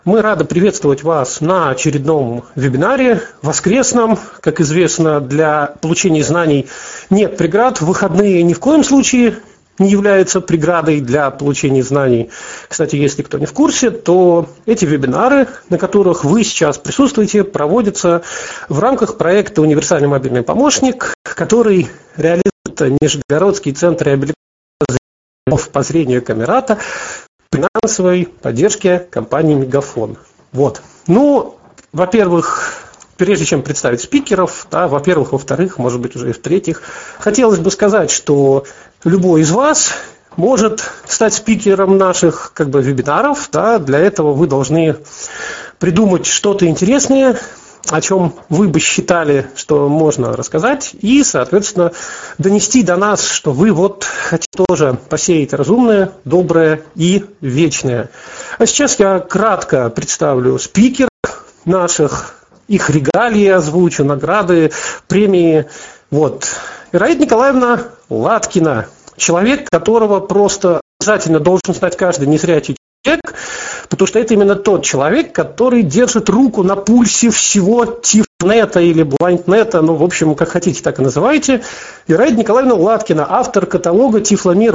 Мы рады приветствовать вас на очередном вебинаре воскресном. Как известно, для получения знаний нет преград. Выходные ни в коем случае не являются преградой для получения знаний. Кстати, если кто не в курсе, то эти вебинары, на которых вы сейчас присутствуете, проводятся в рамках проекта «Универсальный мобильный помощник», который реализует Нижегородский центр реабилитации по зрению Камерата при финансовой поддержке компании «Мегафон». Вот. Ну, во-первых, прежде чем представить спикеров, во-первых, во-вторых, может быть, уже и в-третьих, хотелось бы сказать, что любой из вас может стать спикером наших вебинаров. Для этого вы должны придумать что-то интересное, о чем вы бы считали, что можно рассказать, и, соответственно, донести до нас, что вы хотите тоже посеять разумное, доброе и вечное. А сейчас я кратко представлю спикеров наших, их регалии озвучу, награды, премии. Ираида Николаевна Латкина, человек, которого просто обязательно должен знать каждый незрячий человек, потому что это именно тот человек, который держит руку на пульсе всего Тифнета или Блайнднета, в общем, как хотите, так и называйте. Ираида Николаевна Латкина, автор каталога Тифломир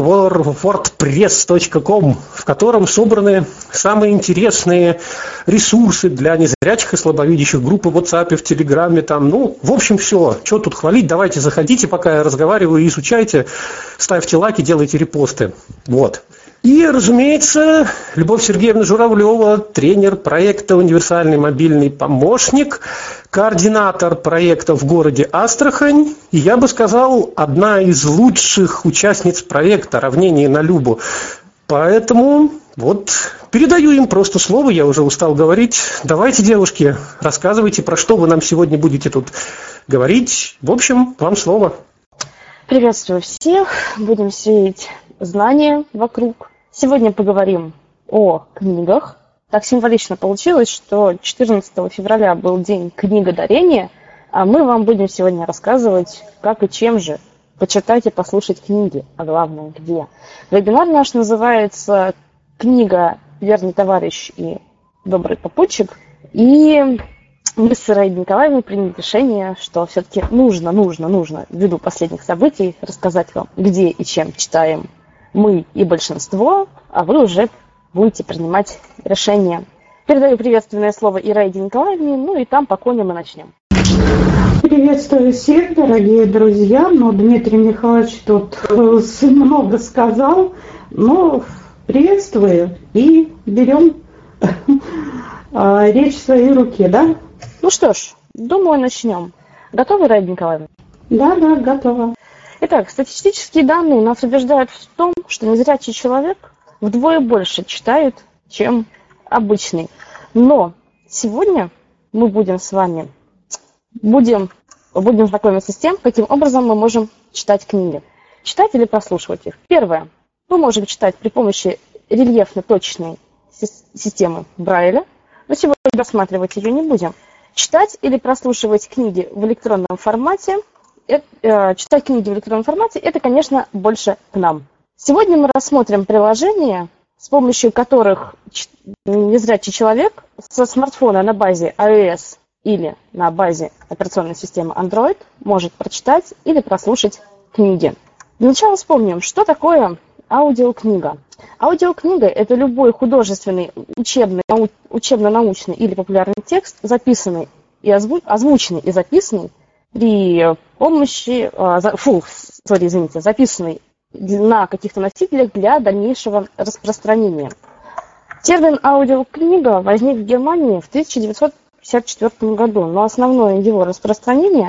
wordpress.com, в котором собраны самые интересные ресурсы для незрячих и слабовидящих, группы в WhatsApp, в Телеграме, в общем, все. Что тут хвалить, давайте заходите, пока я разговариваю, изучайте, ставьте лайки, делайте репосты. И, разумеется, Любовь Сергеевна Журавлева, тренер проекта «Универсальный мобильный помощник», координатор проекта в городе Астрахань, и, я бы сказал, одна из лучших участниц проекта «Равнение на Любу». Поэтому передаю им просто слово, я уже устал говорить. Давайте, девушки, рассказывайте, про что вы нам сегодня будете тут говорить. В общем, вам слово. Приветствую всех, будем сеять знания вокруг. Сегодня поговорим о книгах. Так символично получилось, что 14 февраля был день книгодарения, а мы вам будем сегодня рассказывать, как и чем же почитать и послушать книги, а главное, где. Вебинар наш называется «Книга «Верный товарищ и добрый попутчик». И мы с Ираидой Николаевной приняли решение, что все-таки нужно, ввиду последних событий, рассказать вам, где и чем читаем мы и большинство, а вы уже будете принимать решение. Передаю приветственное слово Ираиде Николаевне, и там по коням мы начнем. Приветствую всех, дорогие друзья. Дмитрий Михайлович тут много сказал. Приветствую и берем речь в свои руки, да? Что ж, думаю, начнем. Готовы, Ираида Николаевна? Да, готова. Итак, статистические данные нас убеждают в том, что незрячий человек вдвое больше читает, чем обычный. Но сегодня мы будем с вами знакомиться с тем, каким образом мы можем читать книги. Читать или прослушивать их. Первое. Мы можем читать при помощи рельефно-точечной системы Брайля, но сегодня рассматривать ее не будем. Читать или прослушивать книги в электронном формате, это, конечно, больше к нам. Сегодня мы рассмотрим приложения, с помощью которых незрячий человек со смартфона на базе iOS или на базе операционной системы Android может прочитать или прослушать книги. Для начала вспомним, что такое аудиокнига. Аудиокнига – это любой художественный, учебно-научный или популярный текст, озвученный и записанный записанный на каких-то носителях для дальнейшего распространения. Термин аудиокнига возник в Германии в 1954 году, но основное его распространение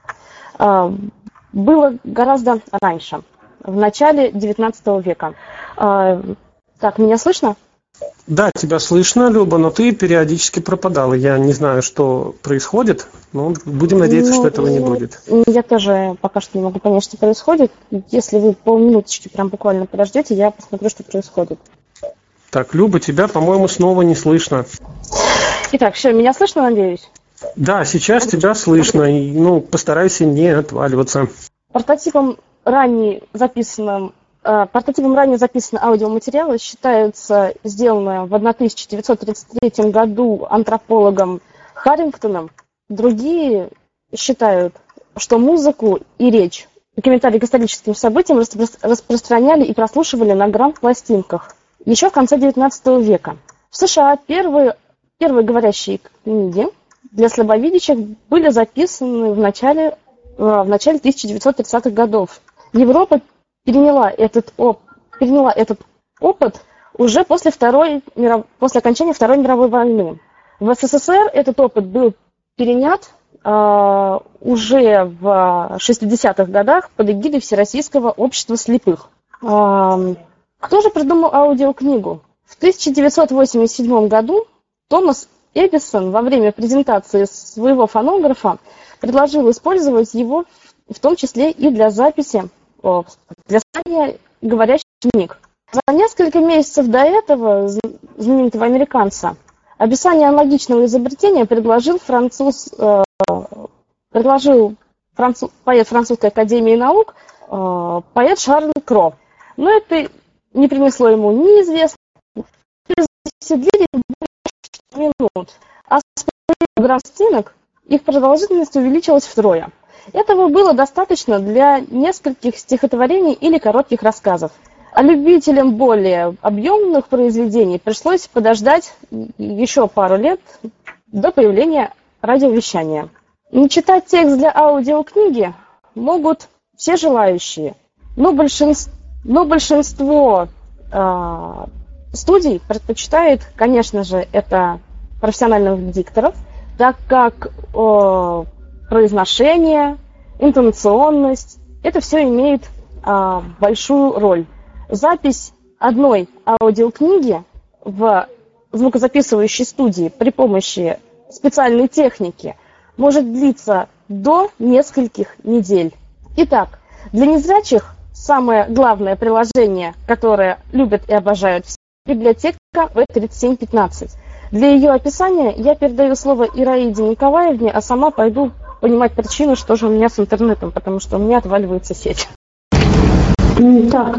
было гораздо раньше, в начале XIX века. Так, меня слышно? Да, тебя слышно, Люба, но ты периодически пропадала. Я не знаю, что происходит, но будем надеяться, что этого не будет. Я тоже пока что не могу понять, что происходит. Если вы полминуточки прям буквально подождете, я посмотрю, что происходит. Так, Люба, тебя, по-моему, снова не слышно. Итак, все, меня слышно, надеюсь? Да, сейчас тебя слышно. Постарайся не отваливаться. Прототипом ранее записанным Портативом ранее записанные аудиоматериалы считаются сделанные в 1933 году антропологом Харрингтоном. Другие считают, что музыку и речь и комментарии к историческим событиям распространяли и прослушивали на грамм-пластинках еще в конце XIX века. В США первые говорящие книги для слабовидящих были записаны в начале 1930-х годов. Европа переняла этот опыт уже после окончания Второй мировой войны. В СССР этот опыт был перенят уже в 60-х годах под эгидой Всероссийского общества слепых. Кто же придумал аудиокнигу? В 1987 году Томас Эдисон во время презентации своего фонографа предложил использовать его в том числе и для записи, для создания говорящих книг. За несколько месяцев до этого знаменитого американца описание аналогичного изобретения предложил поэт Французской академии наук, поэт Шарль Кро. Но это не принесло ему неизвестно. Длились более минут, а с грамм-пластинок их продолжительность увеличилась втрое. Этого было достаточно для нескольких стихотворений или коротких рассказов. А любителям более объемных произведений пришлось подождать еще пару лет до появления радиовещания. Читать текст для аудиокниги могут все желающие, но большинство студий предпочитает, конечно же, это профессиональных дикторов, так как произношение, интонационность, это все имеет большую роль. Запись одной аудиокниги в звукозаписывающей студии при помощи специальной техники может длиться до нескольких недель. Итак, для незрячих самое главное приложение, которое любят и обожают все, библиотека В3715. Для ее описания я передаю слово Ираиде Николаевне, а сама пойду понимать причину, что же у меня с интернетом, потому что у меня отваливается сеть. Так,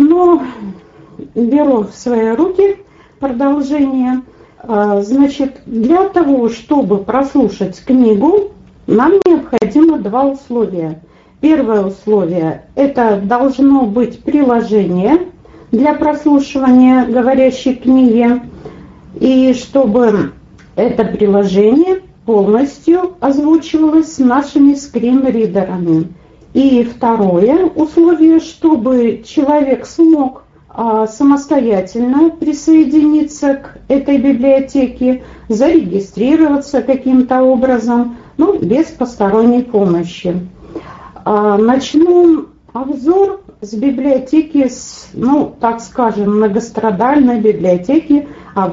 беру в свои руки продолжение. Значит, для того, чтобы прослушать книгу, нам необходимо два условия. Первое условие – это должно быть приложение для прослушивания говорящей книги, и чтобы это приложение полностью озвучивалось нашими скринридерами. И второе условие, чтобы человек смог самостоятельно присоединиться к этой библиотеке, зарегистрироваться каким-то образом, без посторонней помощи. Начну обзор с библиотеки, так скажем, многострадальной библиотеки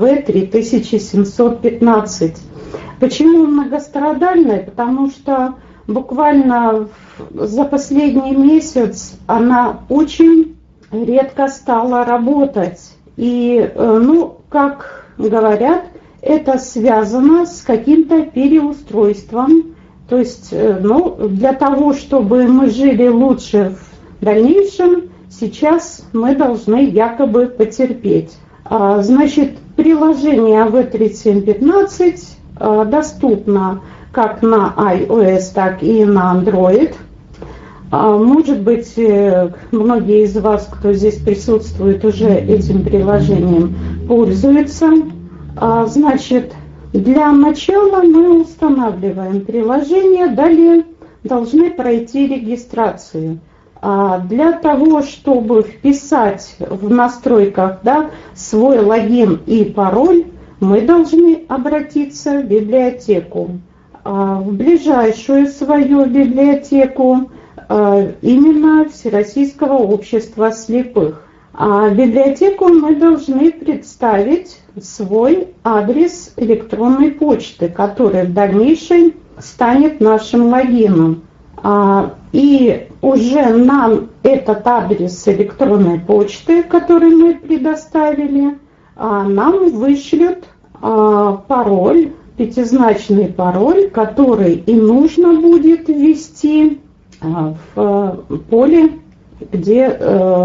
АВ-3715. Почему многострадальной? Потому что буквально за последний месяц она очень редко стала работать. И, как говорят, это связано с каким-то переустройством. То есть, для того, чтобы мы жили лучше в дальнейшем, сейчас мы должны якобы потерпеть. Значит, приложение АВ-3715 доступно как на iOS, так и на Android. Может быть, многие из вас, кто здесь присутствует, уже этим приложением пользуются. Значит, для начала мы устанавливаем приложение, далее должны пройти регистрацию. Для того, чтобы вписать в настройках свой логин и пароль, мы должны обратиться в библиотеку. В ближайшую свою библиотеку, именно Всероссийского общества слепых. В библиотеку мы должны представить свой адрес электронной почты, который в дальнейшем станет нашим логином. И уже нам этот адрес электронной почты, который мы предоставили, нам вышлют пароль, пятизначный пароль, который и нужно будет ввести в поле, где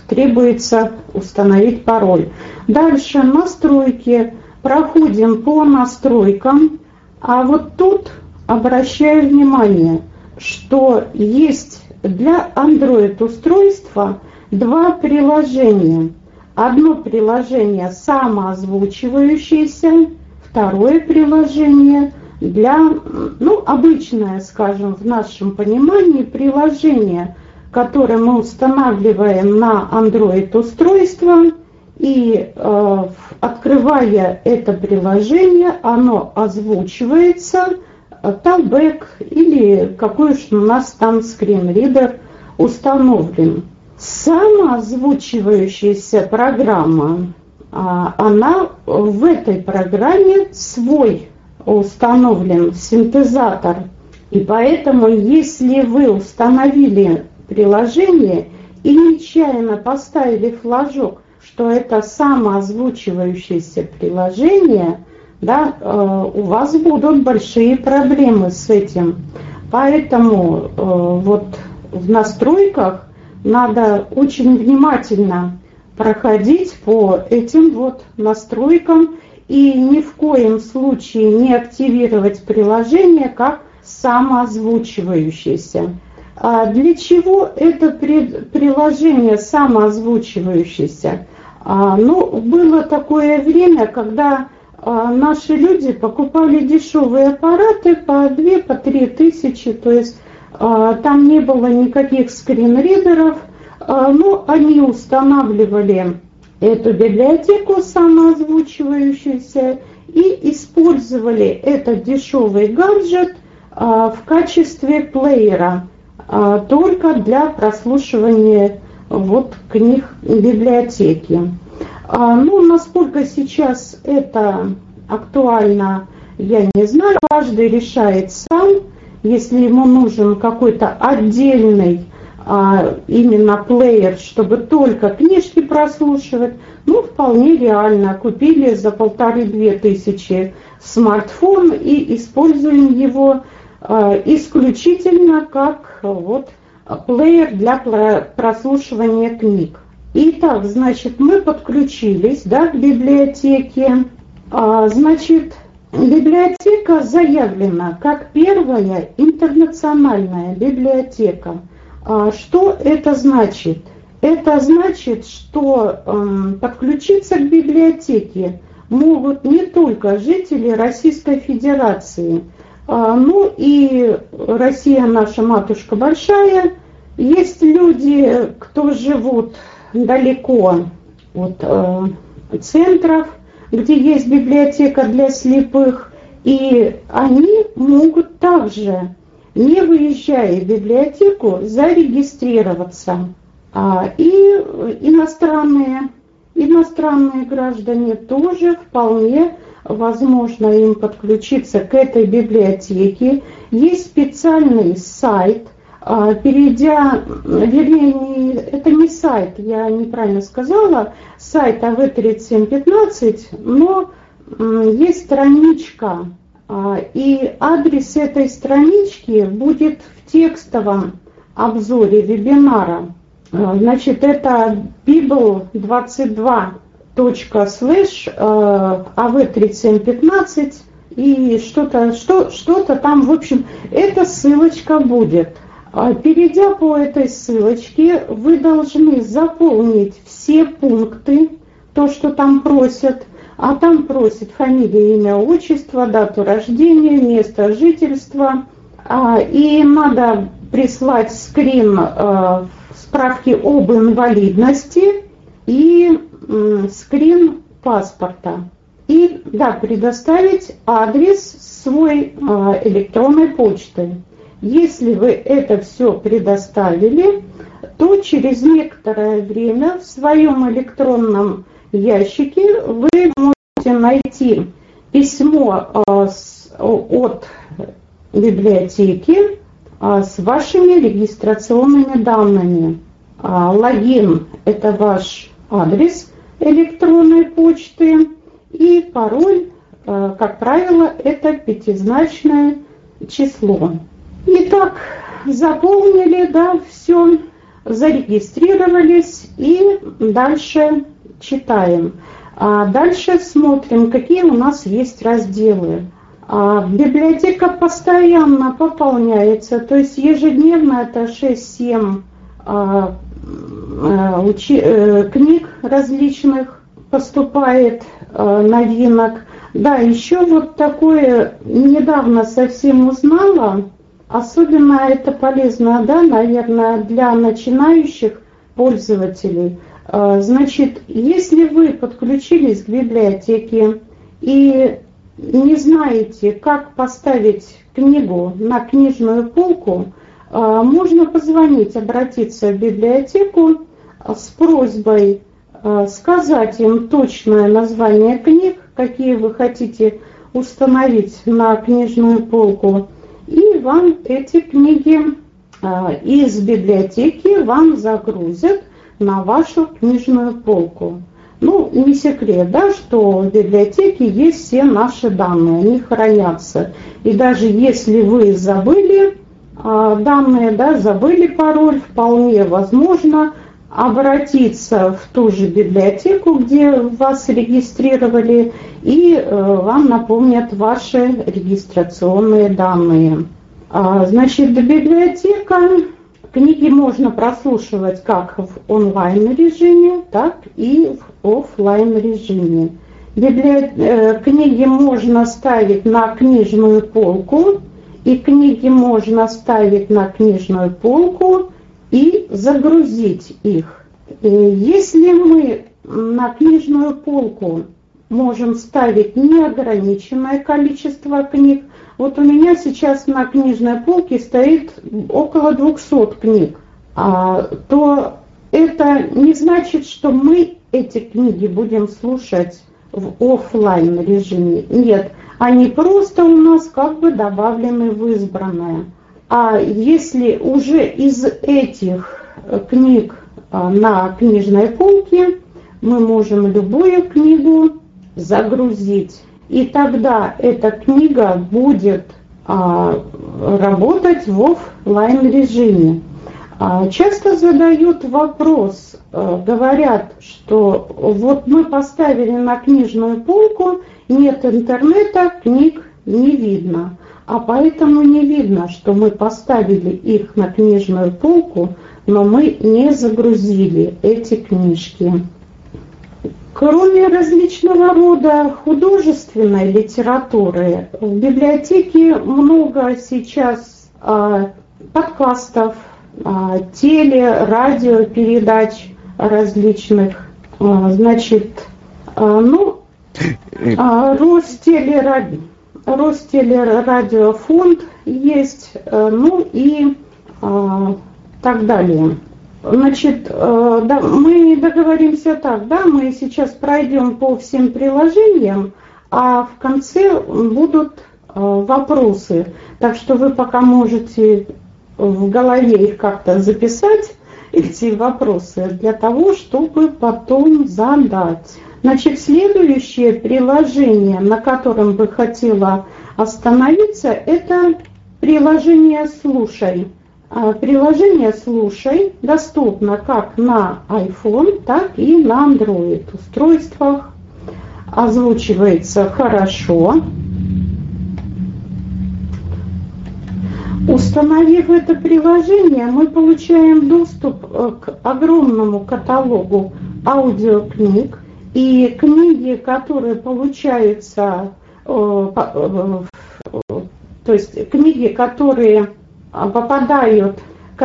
требуется установить пароль. Дальше настройки. Проходим по настройкам. А вот тут обращаю внимание, что есть для Android-устройства два приложения. Одно приложение самоозвучивающееся, второе приложение для, обычное, скажем, в нашем понимании, приложение, которое мы устанавливаем на Android-устройство, и открывая это приложение, оно озвучивается, талбэк или какой уж у нас там скринридер установлен. Самоозвучивающаяся программа, она в этой программе свой установлен синтезатор. И поэтому, если вы установили приложение и нечаянно поставили флажок, что это самоозвучивающееся приложение, да, у вас будут большие проблемы с этим. Поэтому вот в настройках надо очень внимательно проходить по этим вот настройкам и ни в коем случае не активировать приложение как самоозвучивающееся. А для чего это приложение самоозвучивающееся? Было такое время, когда наши люди покупали дешевые аппараты по 2, по 3 тысячи, то есть там не было никаких скринридеров, но они устанавливали эту библиотеку самоозвучивающуюся и использовали этот дешевый гаджет в качестве плеера, только для прослушивания вот книг библиотеки. Насколько сейчас это актуально, я не знаю. Каждый решает сам. Если ему нужен какой-то отдельный именно плеер, чтобы только книжки прослушивать, вполне реально. Купили за 1500-2000 смартфон и используем его исключительно как вот плеер для прослушивания книг. Итак, значит, мы подключились, к библиотеке. Библиотека заявлена как первая интернациональная библиотека. Что это значит? Это значит, что подключиться к библиотеке могут не только жители Российской Федерации, но и Россия наша матушка большая. Есть люди, кто живут далеко от центров, где есть библиотека для слепых, и они могут также, не выезжая в библиотеку, зарегистрироваться. И иностранные граждане тоже вполне возможно им подключиться к этой библиотеке. Есть специальный сайт. Это не сайт, я неправильно сказала, сайт АВ3715, но есть страничка, и адрес этой странички будет в текстовом обзоре вебинара. Значит, это bible22.slash/AV3715 и что-то там, в общем, эта ссылочка будет. Перейдя по этой ссылочке, вы должны заполнить все пункты, то, что там просят. А там просят фамилия, имя, отчество, дату рождения, место жительства. И надо прислать скрин справки об инвалидности и скрин паспорта. И предоставить адрес свой электронной почты. Если вы это все предоставили, то через некоторое время в своем электронном ящике вы можете найти письмо от библиотеки с вашими регистрационными данными. Логин – это ваш адрес электронной почты, и пароль, как правило, это 5-значное число. Итак, заполнили, все. зарегистрировались и дальше читаем. Дальше смотрим, какие у нас есть разделы. Библиотека постоянно пополняется, то есть ежедневно это 6-7 книг различных поступает, новинок. Да, еще вот такое недавно совсем узнала, особенно это полезно, да, наверное, для начинающих пользователей. Значит, если вы подключились к библиотеке и не знаете, как поставить книгу на книжную полку, можно позвонить, обратиться в библиотеку с просьбой сказать им точное название книг, какие вы хотите установить на книжную полку, и вам эти книги из библиотеки вам загрузят на вашу книжную полку. Ну, не секрет, да, что в библиотеке есть все наши данные, они хранятся. И даже если вы забыли данные, да, забыли пароль, вполне возможно обратиться в ту же библиотеку, где вас регистрировали, и вам напомнят ваши регистрационные данные. Значит, библиотека, книги можно прослушивать как в онлайн-режиме, так и в офлайн-режиме. Книги можно ставить на книжную полку, и книги можно ставить на книжную полку и загрузить их. Если мы на книжную полку можем ставить неограниченное количество книг, вот у меня сейчас на книжной полке стоит около 200 книг, то это не значит, что мы эти книги будем слушать в офлайн режиме. Нет, они просто у нас как бы добавлены в избранное. А если уже из этих книг на книжной полке мы можем любую книгу загрузить, и тогда эта книга будет работать в офлайн режиме. Часто задают вопрос, говорят, что вот мы поставили на книжную полку, нет интернета, книг не видно. А поэтому не видно, что мы поставили их на книжную полку, но мы не загрузили эти книжки. Кроме различного рода художественной литературы, в библиотеке много сейчас подкастов, радиопередач различных. Значит, Ростелерадиофонд есть, и так далее. Значит, да, мы договоримся так, да, мы сейчас пройдем по всем приложениям, а в конце будут вопросы. Так что вы пока можете в голове их как-то записать, эти вопросы, для того, чтобы потом задать. Значит, следующее приложение, на котором бы хотела остановиться, это приложение «Слушай». Приложение «Слушай» доступно как на iPhone, так и на Android устройствах. Озвучивается хорошо. Установив это приложение, мы получаем доступ к огромному каталогу аудиокниг. И книги, которые получаются, то есть книги, которые попадают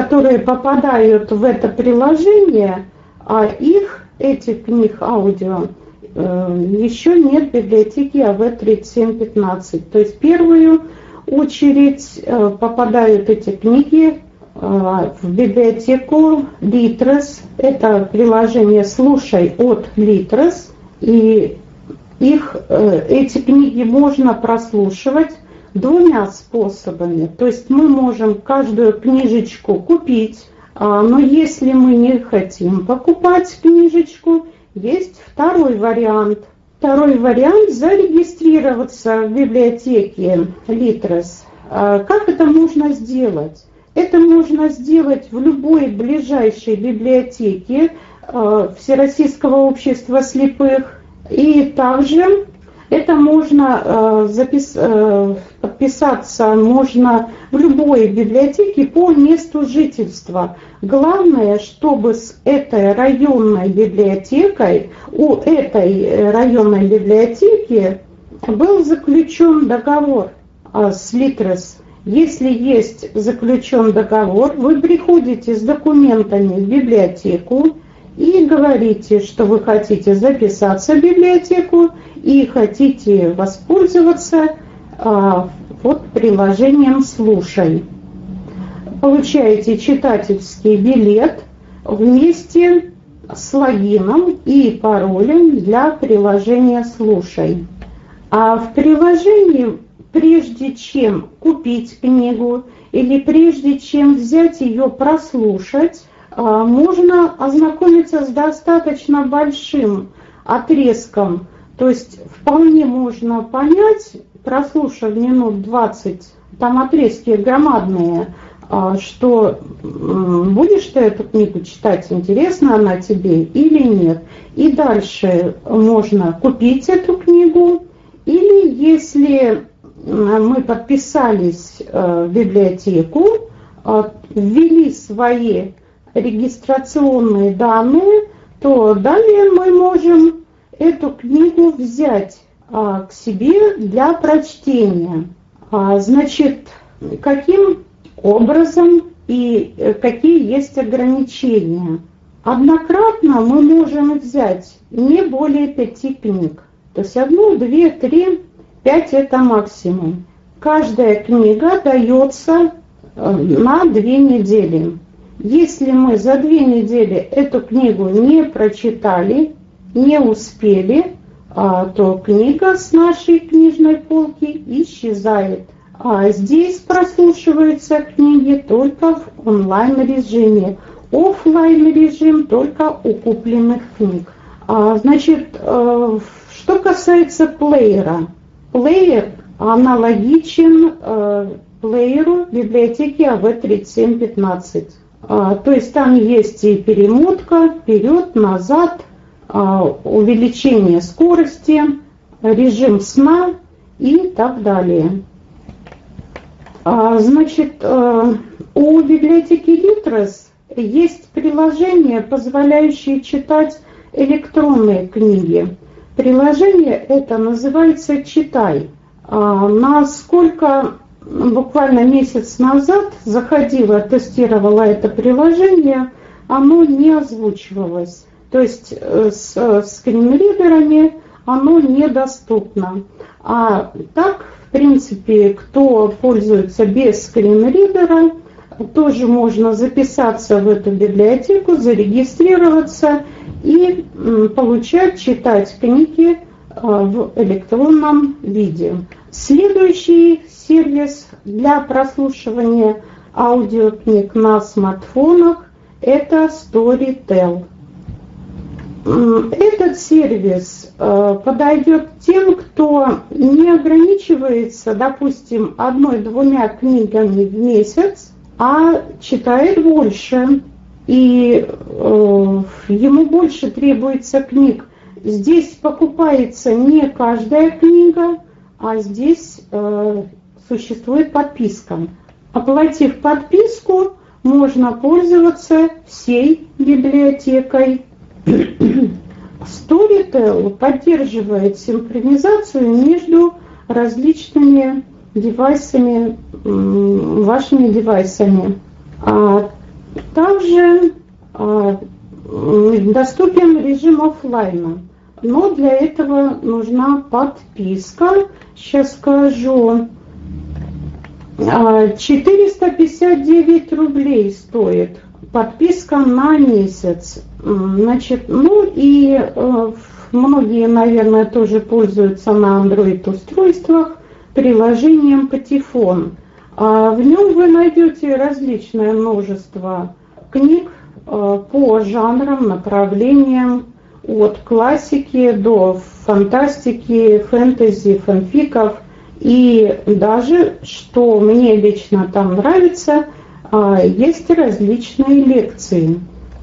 в это приложение, этих книг аудио, еще нет в библиотеке АВ-3715. То есть в первую очередь попадают эти книги в библиотеку Litres. Это приложение «Слушай» от Litres. И эти книги можно прослушивать двумя способами. То есть мы можем каждую книжечку купить, но если мы не хотим покупать книжечку, есть второй вариант. Второй вариант – зарегистрироваться в библиотеке Litres. Как это можно сделать? Это можно сделать в любой ближайшей библиотеке Всероссийского общества слепых. И также это можно подписаться можно в любой библиотеке по месту жительства. Главное, чтобы с этой районной библиотекой, у этой районной библиотеки был заключен договор с Литрес. Если есть заключен договор, вы приходите с документами в библиотеку и говорите, что вы хотите записаться в библиотеку и хотите воспользоваться приложением «Слушай». Получаете читательский билет вместе с логином и паролем для приложения «Слушай». А в приложении, прежде чем купить книгу или прежде чем взять ее прослушать, можно ознакомиться с достаточно большим отрезком. То есть вполне можно понять, прослушав минут 20, там отрезки громадные, что будешь ты эту книгу читать, интересна она тебе или нет. И дальше можно купить эту книгу, или если мы подписались в библиотеку, ввели свои регистрационные данные, то далее мы можем эту книгу взять к себе для прочтения. Значит, каким образом и какие есть ограничения? Однократно мы можем взять не более 5 книг. То есть 1, 2, 3, 5 это максимум. Каждая книга дается на 2 недели. Если мы за 2 недели эту книгу не прочитали, не успели, то книга с нашей книжной полки исчезает. Здесь прослушиваются книги только в онлайн-режиме. Оффлайн режим только у купленных книг. Значит, что касается плеера. Плеер аналогичен плееру библиотеки АВ-3715. То есть там есть и перемотка вперед, назад, увеличение скорости, режим сна и так далее. Значит, у библиотеки Литрес есть приложение, позволяющее читать электронные книги. Приложение это называется «Читай». Насколько буквально месяц назад заходила, тестировала это приложение, оно не озвучивалось. То есть с скринридерами оно недоступно. А так, в принципе, кто пользуется без скринридера, тоже можно записаться в эту библиотеку, зарегистрироваться и читать книги в электронном виде. Следующий сервис для прослушивания аудиокниг на смартфонах – это Storytel. Этот сервис подойдет тем, кто не ограничивается, допустим, 1-2 книгами в месяц, а читает больше, и ему больше требуется книг. Здесь покупается не каждая книга, а здесь существует подписка. Оплатив подписку, можно пользоваться всей библиотекой. Storytel поддерживает синхронизацию между различными девайсами, вашими девайсами. Также доступен режим оффлайна, но для этого нужна подписка. Сейчас скажу. 459 рублей стоит подписка на месяц. Значит, многие, наверное, тоже пользуются на Android-устройствах приложением Патефон. В нем вы найдете различное множество книг по жанрам, направлениям, от классики до фантастики, фэнтези, фанфиков. И даже, что мне лично там нравится, есть различные лекции.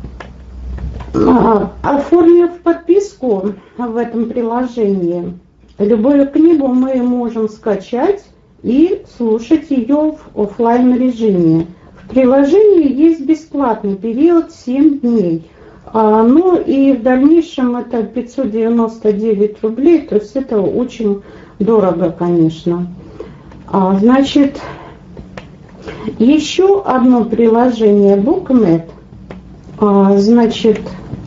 Оформив подписку в этом приложении, любую книгу мы можем скачать и слушать ее в офлайн режиме. В приложении есть бесплатный период 7 дней. Ну и в дальнейшем это 599 рублей, то есть это очень дорого, конечно. Значит, еще одно приложение BookNet. Значит,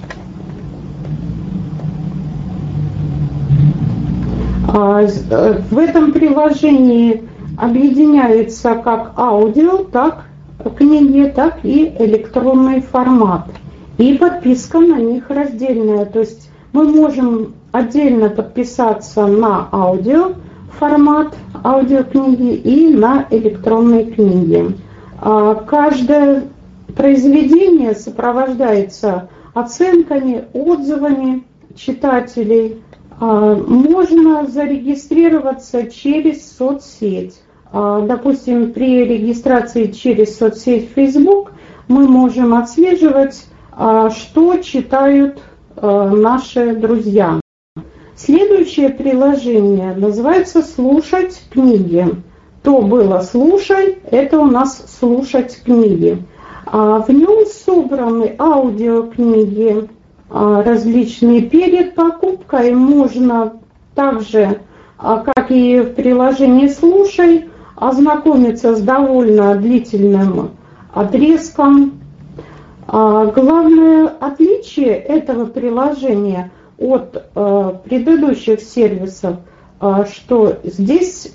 в этом приложении объединяются как аудио, так книги, так и электронный формат. И подписка на них раздельная. То есть мы можем отдельно подписаться на аудио формат аудиокниги и на электронные книги. Каждое произведение сопровождается оценками, отзывами читателей. Можно зарегистрироваться через соцсеть. Допустим, при регистрации через соцсеть Facebook мы можем отслеживать, что читают наши друзья. Следующее приложение называется «Слушать книги». То было «Слушай», это у нас «Слушать книги». В нем собраны аудиокниги различные. Перед покупкой можно также, как и в приложении «Слушай», ознакомиться с довольно длительным отрезком. Главное отличие этого приложения от предыдущих сервисов, что здесь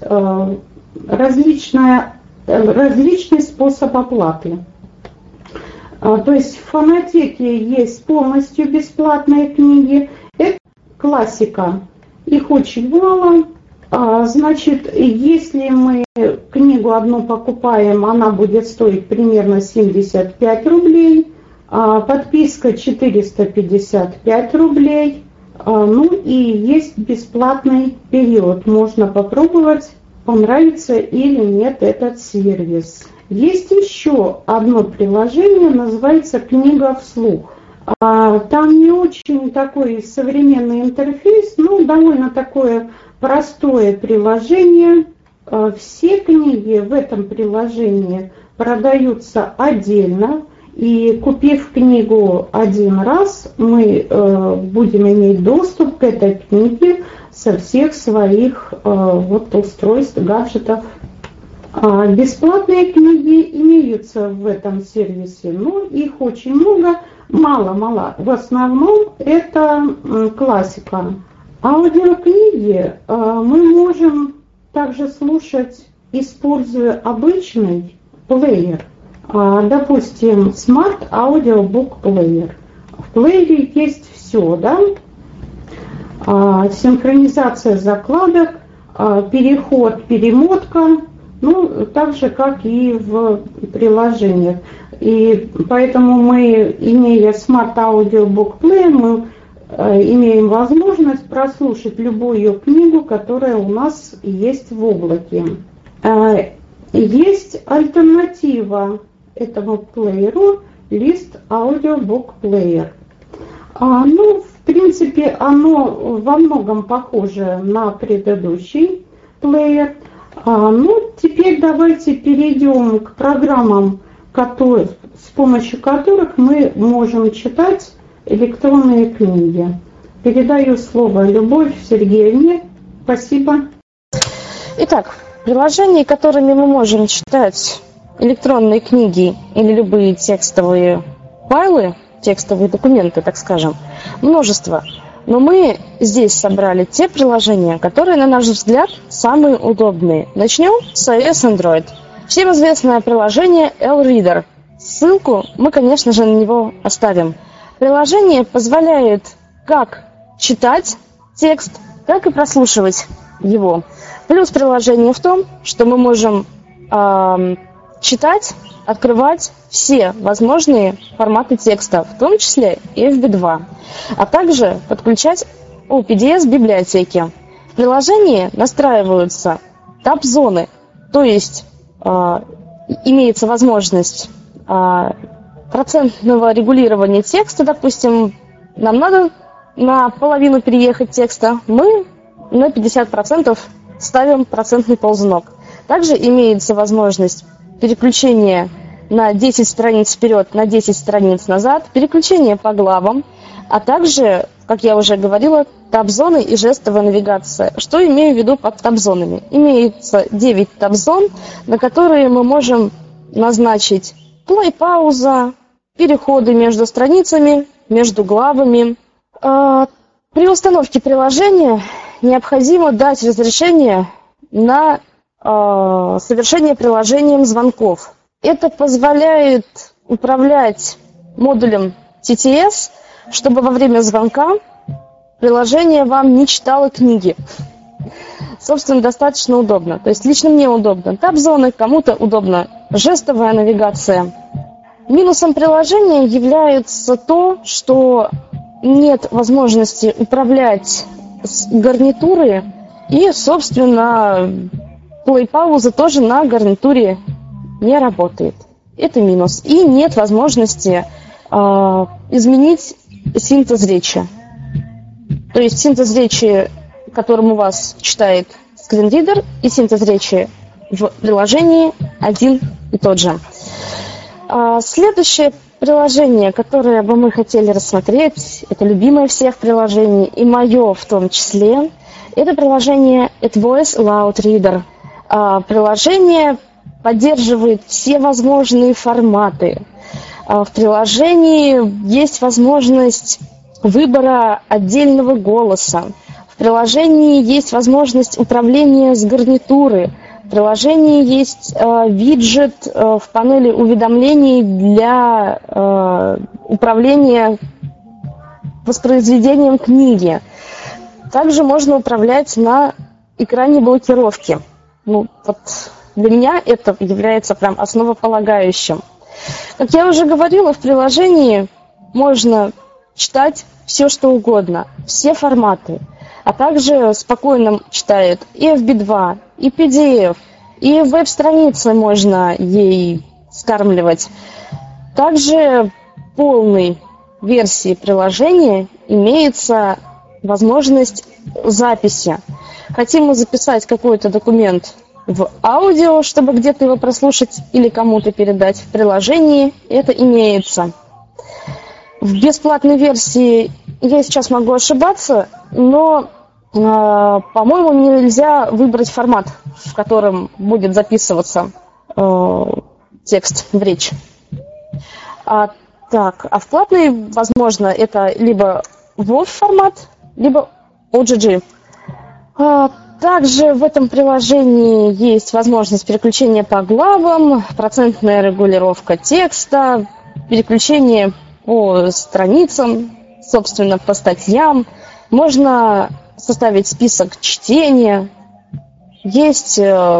различный способ оплаты. То есть в Фонотеке есть полностью бесплатные книги. Это классика. Их очень мало. Значит, если мы книгу одну покупаем, она будет стоить примерно 75 рублей. Подписка 455 рублей. Ну и есть бесплатный период. Можно попробовать, понравится или нет этот сервис. Есть еще одно приложение, называется «Книга вслух». Там не очень такой современный интерфейс, но довольно такое простое приложение. Все книги в этом приложении продаются отдельно. И купив книгу один раз, мы будем иметь доступ к этой книге со всех своих устройств, гаджетов. Бесплатные книги имеются в этом сервисе, но их очень много, мало. В основном это классика. Аудиокниги мы можем также слушать, используя обычный плеер. Допустим, Smart Audiobook Player. В плеере есть все, да? Синхронизация закладок, переход, перемотка, ну, так же, как и в приложениях. И поэтому мы, имея Smart Audiobook Player, мы имеем возможность прослушать любую книгу, которая у нас есть в облаке. Есть альтернатива этому плееру, List Audiobook Player. Ну, в принципе, оно во многом похоже на предыдущий плеер. Ну, теперь давайте перейдем к программам, с помощью которых мы можем читать электронные книги. Передаю слово Любовь Сергеевне. Спасибо. Итак, приложения, которыми мы можем читать электронные книги или любые текстовые файлы, текстовые документы, так скажем, множество. Но мы здесь собрали те приложения, которые, на наш взгляд, самые удобные. Начнем с iOS Android. Всем известное приложение L-Reader. Ссылку мы, конечно же, на него оставим. Приложение позволяет как читать текст, так и прослушивать его. Плюс приложения в том, что мы можем читать, открывать все возможные форматы текста, в том числе и FB2, а также подключать PDF-библиотеки. В приложении настраиваются таб-зоны, то есть имеется возможность процентного регулирования текста. Допустим, нам надо на половину переехать текста, мы на 50% ставим процентный ползунок. Также имеется возможность переключения на 10 страниц вперед, на 10 страниц назад, переключение по главам, а также, как я уже говорила, таб-зоны и жестовая навигация. Что имею в виду под таб-зонами? Имеется 9 таб-зон, на которые мы можем назначить плей-пауза, переходы между страницами, между главами. При установке приложения необходимо дать разрешение на совершение приложением звонков. Это позволяет управлять модулем TTS, чтобы во время звонка приложение вам не читало книги. Собственно, достаточно удобно. То есть лично мне удобно таб-зоны, кому-то удобно жестовая навигация. Минусом приложения является то, что нет возможности управлять с гарнитуры, и, собственно, плей-пауза тоже на гарнитуре не работает. Это минус. И нет возможности изменить синтез речи. То есть синтез речи, которым у вас читает скринридер, и синтез речи в приложении один и тот же. Следующее приложение, которое бы мы хотели рассмотреть, это любимое всех приложений, и мое в том числе, это приложение AdVoice Loud Reader. Приложение поддерживает все возможные форматы. В приложении есть возможность выбора отдельного голоса. В приложении есть возможность управления с гарнитуры. В приложении есть виджет в панели уведомлений для управления воспроизведением книги. Также можно управлять на экране блокировки. Вот для меня это является прям основополагающим. Как я уже говорила, в приложении можно читать все, что угодно, все форматы, а также спокойно читает и FB2, и PDF, и веб-страницы можно ей скармливать. Также в полной версии приложения имеется возможность записи. Хотим мы записать какой-то документ в аудио, чтобы где-то его прослушать или кому-то передать в приложении, это имеется. В бесплатной версии я сейчас могу ошибаться, но, по-моему, нельзя выбрать формат, в котором будет записываться текст в речь. А в платной, возможно, это либо WAV формат, либо OGG. Также в этом приложении есть возможность переключения по главам, процентная регулировка текста, переключение по страницам, собственно, по статьям. Можно составить список чтения. Есть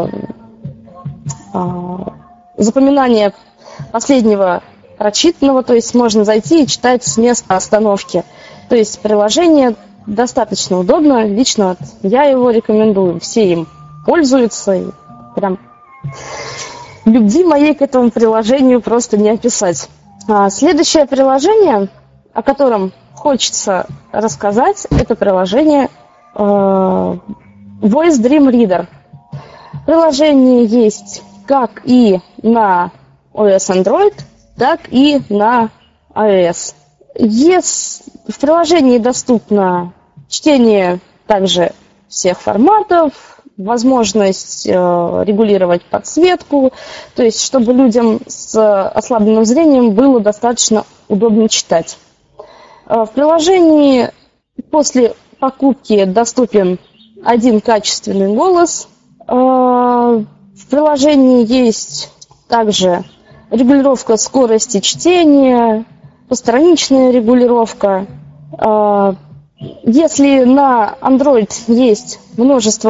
запоминание последнего прочитанного, то есть можно зайти и читать с места остановки. То есть приложение достаточно удобно, лично я его рекомендую, все им пользуются, и прям любви моей к этому приложению просто не описать. Следующее приложение, о котором хочется рассказать, это приложение Voice Dream Reader. Приложение есть как и на OS Android, так и на iOS. В приложении доступно чтение также всех форматов, возможность регулировать подсветку, то есть чтобы людям с ослабленным зрением было достаточно удобно читать. В приложении после покупки доступен один качественный голос. В приложении есть также регулировка скорости чтения, постраничная регулировка. Если на Android есть множество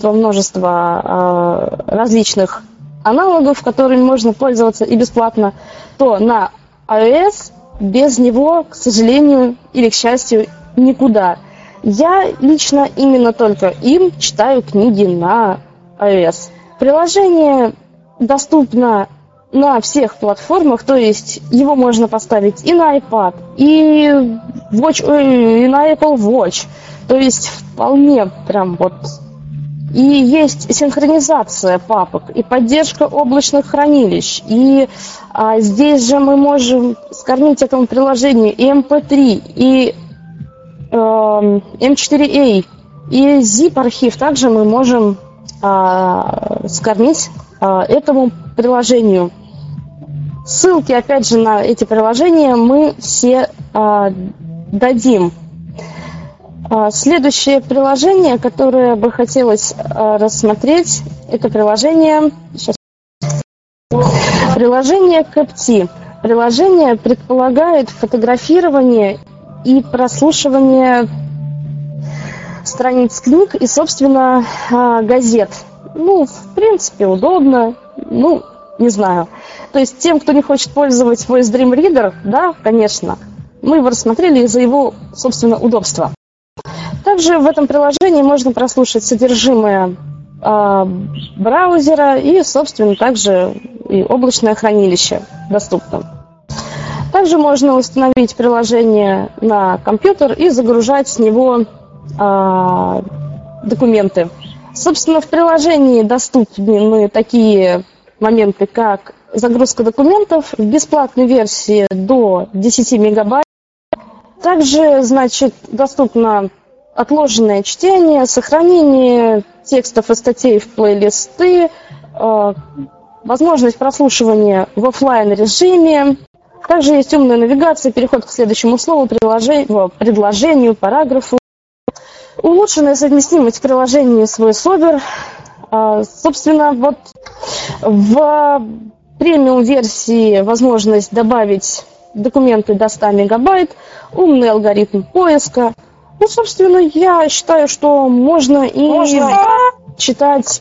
различных аналогов, которыми можно пользоваться и бесплатно, то на iOS без него, к сожалению или к счастью, никуда. Я лично именно только им читаю книги на iOS. Приложение доступно на всех платформах, то есть его можно поставить и на iPad, и на Apple Watch, то есть вполне прям вот. И есть синхронизация папок, и поддержка облачных хранилищ, и здесь же мы можем скормить этому приложению и MP3, и M4A, и zip-архив также мы можем скормить этому приложению. Ссылки, опять же, на эти приложения мы все дадим. Следующее приложение, которое бы хотелось рассмотреть, это приложение CapT. Приложение предполагает фотографирование и прослушивание страниц книг и, собственно, газет. Ну, в принципе, удобно. Ну, не знаю. То есть тем, кто не хочет пользоваться Voice Dream Reader, да, конечно, мы его рассмотрели из-за его, собственно, удобства. Также в этом приложении можно прослушать содержимое браузера и, собственно, также и облачное хранилище доступно. Также можно установить приложение на компьютер и загружать с него документы. Собственно, в приложении доступны такие моменты, как загрузка документов в бесплатной версии до 10 мегабайт. Также, значит, доступно отложенное чтение, сохранение текстов и статей в плейлисты, возможность прослушивания в офлайн режиме. Также есть умная навигация, переход к следующему слову, предложению, параграфу. Улучшенная совместимость приложения с VoiceOver. Собственно, вот в премиум-версии возможность добавить документы до 100 мегабайт, умный алгоритм поиска. Ну, собственно, я считаю, что можно читать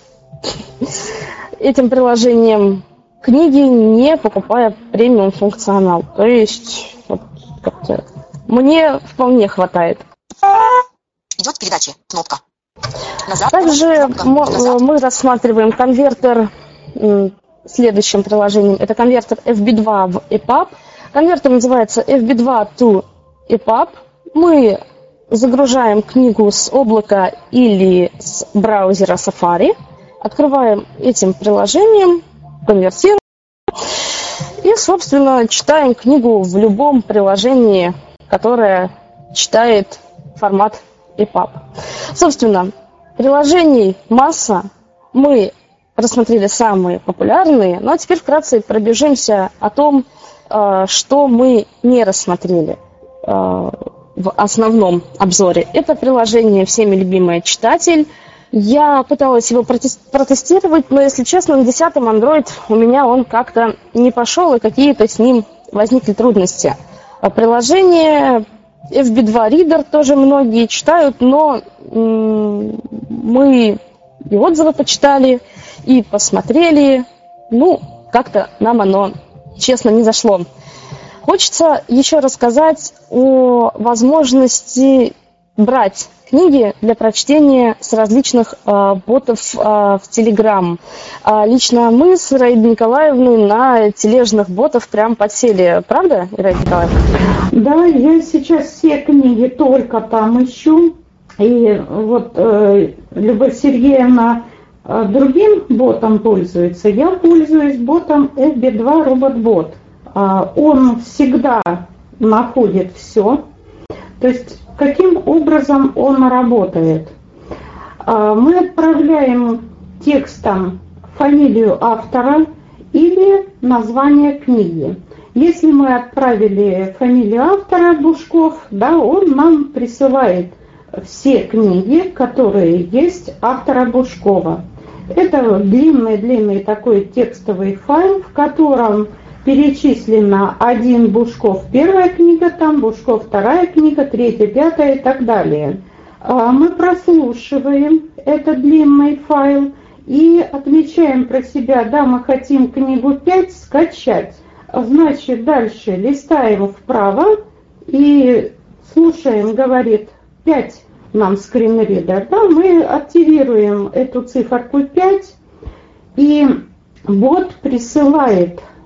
этим приложением книги, не покупая премиум функционал. То есть, вот, как-то мне вполне хватает. Идет передача. Кнопка. Назад. Также мы рассматриваем конвертер следующим приложением. Это конвертер FB2 в EPUB. Конвертер называется FB2 to EPUB. Мы загружаем книгу с облака или с браузера Safari, открываем этим приложением, конвертируем и, собственно, читаем книгу в любом приложении, которое читает формат EPUB. Собственно, приложений масса. Мы рассмотрели самые популярные, но теперь вкратце пробежимся о том, что мы не рассмотрели в основном обзоре. Это приложение всеми любимое «Читатель». Я пыталась его протестировать, но, если честно, на 10-м Android у меня он как-то не пошел, и какие-то с ним возникли трудности. Приложение FB2 Reader тоже многие читают, но мы и отзывы почитали, и посмотрели. Ну, как-то нам оно, честно, не зашло. Хочется еще рассказать о возможности брать книги для прочтения с различных ботов в Telegram. Лично мы с Ираидой Николаевной на тележных ботов прям подсели. Правда, Ираида Николаевна? Да, я сейчас все книги только там ищу. И вот Любовь Сергеевна другим ботом пользуется. Я пользуюсь ботом FB2 RobotBot. Он всегда находит все. То есть, каким образом он работает? Мы отправляем текстом фамилию автора или название книги. Если мы отправили фамилию автора Бушков, да, он нам присылает все книги, которые есть автора Бушкова. Это длинный такой текстовый файл, в котором перечислено один Бушков первая книга, там Бушков вторая книга, третья, пятая и так далее. Мы прослушиваем этот длинный файл и отмечаем про себя, да, мы хотим книгу 5 скачать. Значит, дальше листаем вправо и слушаем, говорит 5 нам скринридер. Да, мы активируем эту циферку 5, и бот присылает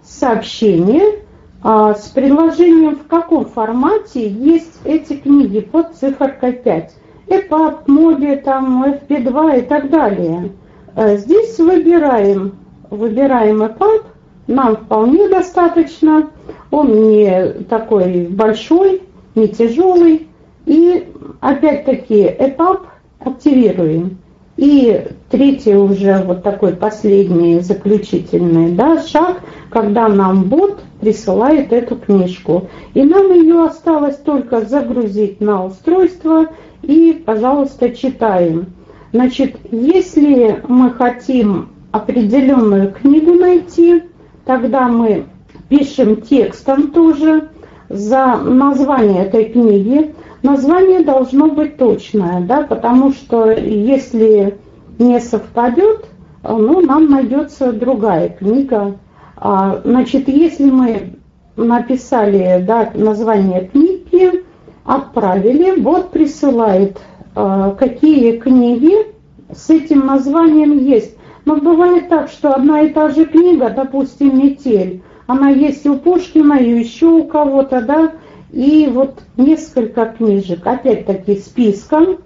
сообщение с предложением, в каком формате есть эти книги под циферкой 5. EPUB, MOBI, там, FP2 и так далее. Здесь выбираем EPUB, нам вполне достаточно, он не такой большой, не тяжелый. И опять-таки EPUB активируем. И третий уже вот такой последний, заключительный, да, шаг, когда нам бот присылает эту книжку. И нам ее осталось только загрузить на устройство и, пожалуйста, читаем. Значит, если мы хотим определенную книгу найти, тогда мы пишем текстом тоже за название этой книги. Название должно быть точное, да, потому что если не совпадет, нам найдется другая книга. Значит, если мы написали, да, название книги, отправили, бот присылает, какие книги с этим названием есть. Но бывает так, что одна и та же книга, допустим, «Метель», она есть у Пушкина и еще у кого-то, да, и вот несколько книжек, опять-таки списком,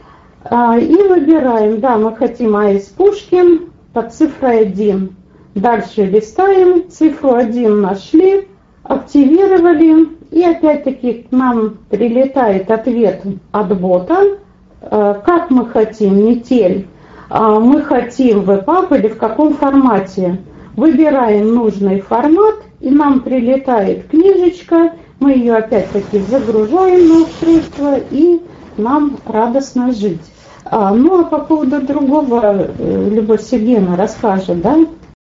и выбираем, да, мы хотим А.С. Пушкин под цифрой 1. Дальше листаем, цифру 1 нашли, активировали, и опять-таки к нам прилетает ответ от бота, как мы хотим, «Метель», мы хотим в EPUB или в каком формате. Выбираем нужный формат, и нам прилетает книжечка, мы ее опять-таки загружаем на устройство, и нам радостно жить. А по поводу другого Любовь Сергеевна расскажет, да?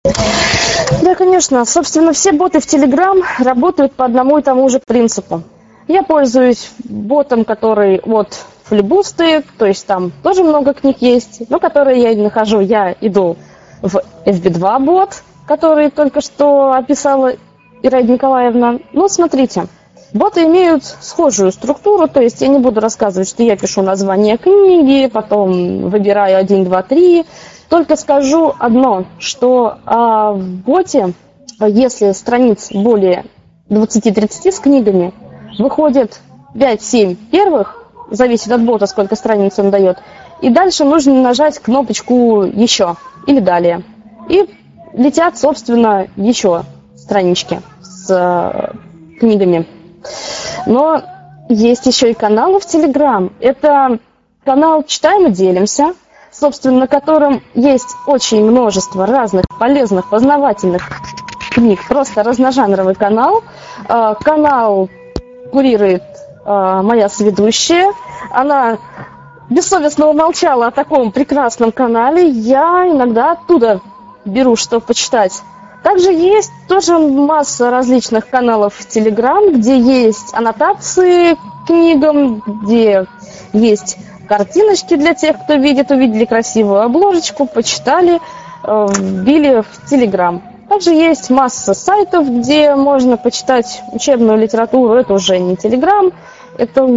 Да, конечно. Собственно, все боты в Telegram работают по одному и тому же принципу. Я пользуюсь ботом, который от Флибусты, то есть там тоже много книг есть, но которые я не нахожу. Я иду в FB2 бот, который только что описала Ираида Николаевна. Смотрите, боты имеют схожую структуру, то есть я не буду рассказывать, что я пишу название книги, потом выбираю 1, 2, 3. Только скажу одно, что в боте, если страниц более 20-30 с книгами, выходит 5-7 первых, зависит от бота, сколько страниц он дает, и дальше нужно нажать кнопочку «Еще» или «Далее». И летят, собственно, еще странички с книгами. Но есть еще и каналы в Telegram. Это канал «Читаем и делимся», собственно, на котором есть очень множество разных полезных, познавательных книг. Просто разножанровый канал. Канал курирует моя соведущая. Она бессовестно умолчала о таком прекрасном канале. Я иногда оттуда беру, что почитать. Также есть тоже масса различных каналов в Telegram, где есть аннотации к книгам, где есть картиночки для тех, кто увидели красивую обложечку, почитали, вбили в Telegram. Также есть масса сайтов, где можно почитать учебную литературу. Это уже не Telegram, это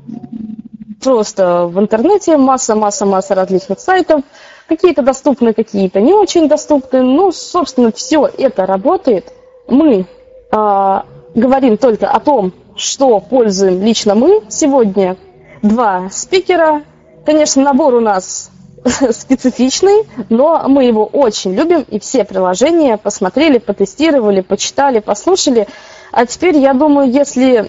просто в интернете масса различных сайтов. Какие-то доступны, какие-то не очень доступны. Собственно, все это работает. Мы говорим только о том, что пользуем лично мы. Сегодня 2 спикера. Конечно, набор у нас специфичный, но мы его очень любим, и все приложения посмотрели, потестировали, почитали, послушали. А теперь, я думаю, если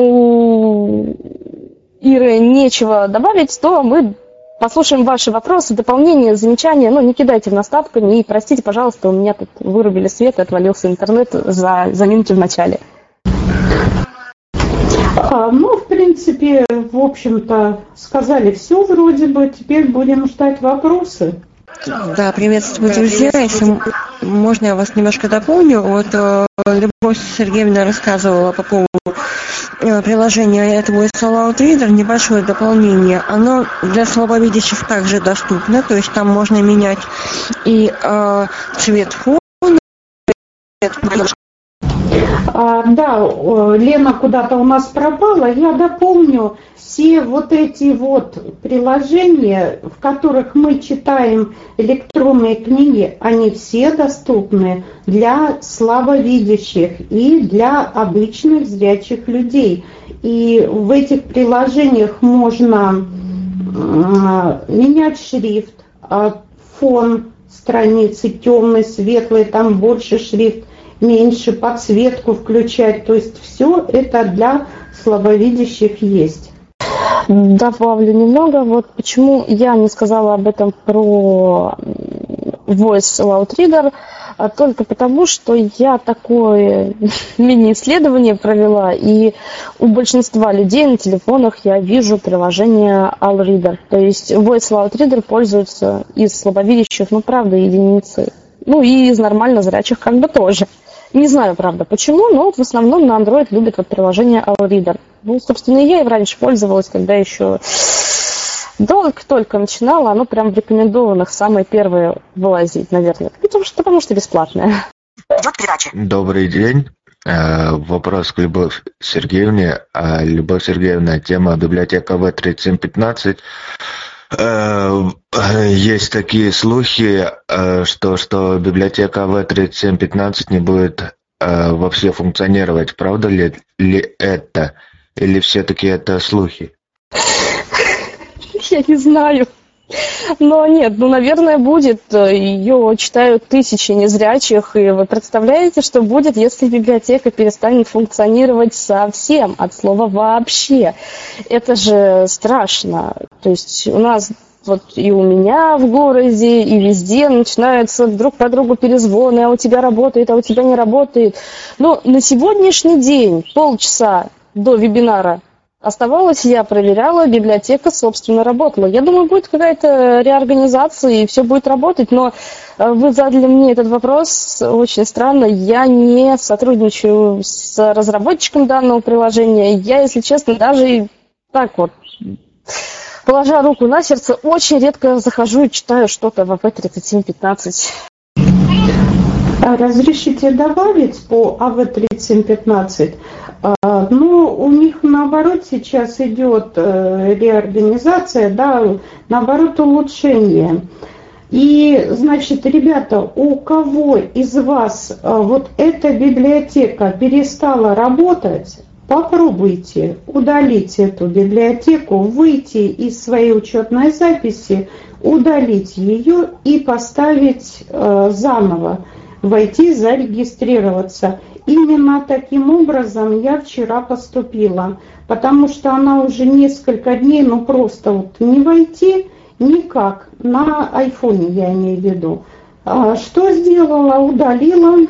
у Иры нечего добавить, то мы послушаем ваши вопросы, дополнения, замечания. Не кидайте в нас тапками, и простите, пожалуйста, у меня тут вырубили свет и отвалился интернет за минуту в начале. В принципе, в общем-то, сказали все вроде бы. Теперь будем ждать вопросы. Да, приветствую, друзья. Если можно, я вас немножко дополню. Любовь Сергеевна рассказывала по поводу приложения этого Fallout Reader. Небольшое дополнение. Оно для слабовидящих также доступно. То есть там можно менять и цвет фона, Да, Лена куда-то у нас пропала. Я дополню, все вот эти вот приложения, в которых мы читаем электронные книги, они все доступны для слабовидящих и для обычных зрячих людей. И в этих приложениях можно менять шрифт, фон страницы темный, светлый, там больше шрифт, меньше, подсветку включать. То есть все это для слабовидящих есть. Добавлю немного. Вот почему я не сказала об этом про Voice Loud Reader, только потому, что я такое мини-исследование провела, и у большинства людей на телефонах я вижу приложение AllReader. То есть Voice Loud Reader пользуются из слабовидящих, ну, правда, единицы. Ну, и из нормально зрячих как бы тоже. Не знаю, правда, почему, но вот в основном на Android любят вот приложение AllReader. Ну, собственно, я им раньше пользовалась, когда еще только начинала, оно прям в рекомендованных самое первое вылазить, наверное. Потому что бесплатное. Идет передача. Добрый день. Вопрос к Любовь Сергеевне. Любовь Сергеевна, тема библиотека В3715. Есть такие слухи, что библиотека В3715 не будет вообще функционировать. Правда ли это? Или все-таки это слухи? Я не знаю. Но нет, наверное, будет. Ее читают тысячи незрячих. И вы представляете, что будет, если библиотека перестанет функционировать совсем, от слова «вообще». Это же страшно. То есть у нас вот и у меня в городе, и везде начинаются друг по другу перезвоны, а у тебя работает, а у тебя не работает. Но на сегодняшний день, полчаса до вебинара оставалось, я проверяла, библиотека, собственно, работала. Я думаю, будет какая-то реорганизация, и все будет работать, но вы задали мне этот вопрос очень странно. Я не сотрудничаю с разработчиком данного приложения. Я, если честно, даже так вот, положа руку на сердце, очень редко захожу и читаю что-то в АВ-3715. Разрешите добавить по АВ-3715? Ну, у них, наоборот, сейчас идет реорганизация, да, наоборот, улучшение. И, значит, ребята, у кого из вас вот эта библиотека перестала работать, попробуйте удалить эту библиотеку, выйти из своей учетной записи, удалить ее и поставить заново, войти, зарегистрироваться. Именно таким образом я вчера поступила, потому что она уже несколько дней, ну просто вот не войти никак, на айфоне я имею в виду. Что сделала? Удалила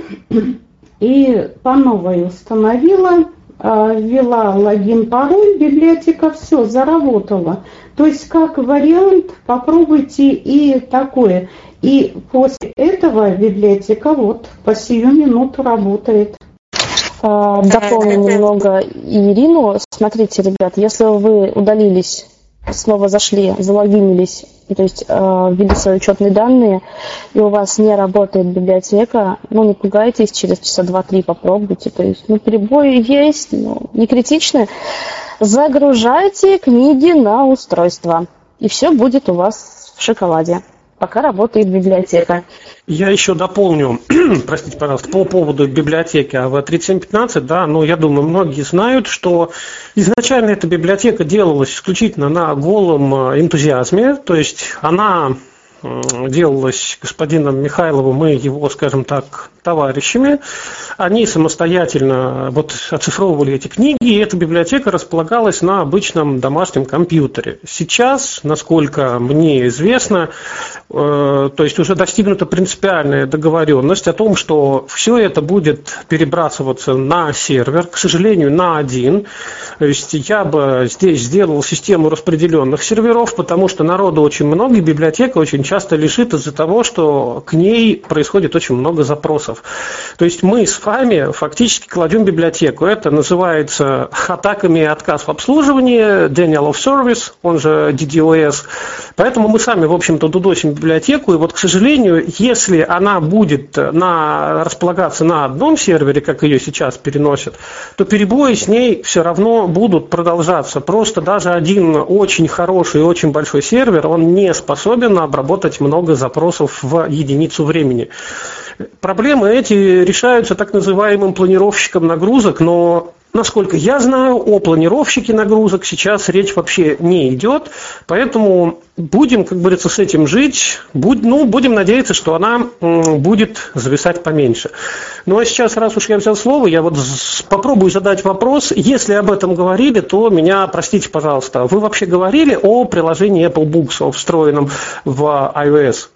и по новой установила, ввела логин, пароль, библиотека, все, заработала. То есть как вариант попробуйте и такое. И после этого библиотека вот по сию минуту работает. Дополню немного Ирину. Смотрите, ребят, если вы удалились, снова зашли, залогинились, то есть ввели свои учетные данные, и у вас не работает библиотека, ну не пугайтесь, через часа 2-3 попробуйте. То есть, перебои есть, но не критичны. Загружайте книги на устройство, и все будет у вас в шоколаде, пока работает библиотека. Я еще дополню, простите, пожалуйста, по поводу библиотеки АВ-3715, да, я думаю, многие знают, что изначально эта библиотека делалась исключительно на голом энтузиазме, то есть она делалась господином Михайловым и его, скажем так, товарищами. Они самостоятельно оцифровывали эти книги, и эта библиотека располагалась на обычном домашнем компьютере. Сейчас, насколько мне известно, то есть уже достигнута принципиальная договоренность о том, что все это будет перебрасываться на сервер, к сожалению, на один. То есть я бы здесь сделал систему распределенных серверов, потому что народу очень много, и библиотека очень часто часто лежит из-за того, что к ней происходит очень много запросов. То есть мы с вами фактически кладем библиотеку. Это называется атаками отказ в обслуживании, Denial of Service, он же DDoS. Поэтому мы сами, в общем-то, дудосим библиотеку. И вот, к сожалению, если она будет располагаться на одном сервере, как ее сейчас переносят, то перебои с ней все равно будут продолжаться. Просто даже один очень хороший и очень большой сервер, он не способен обработать много запросов в единицу времени. Проблемы эти решаются так называемым планировщиком нагрузок, но, насколько я знаю, о планировщике нагрузок сейчас речь вообще не идет, поэтому будем, как говорится, с этим жить, будем надеяться, что она будет зависать поменьше. Ну а сейчас, раз уж я взял слово, я вот попробую задать вопрос. Если об этом говорили, то меня, простите, пожалуйста, вы вообще говорили о приложении Apple Books, о встроенном в iOS?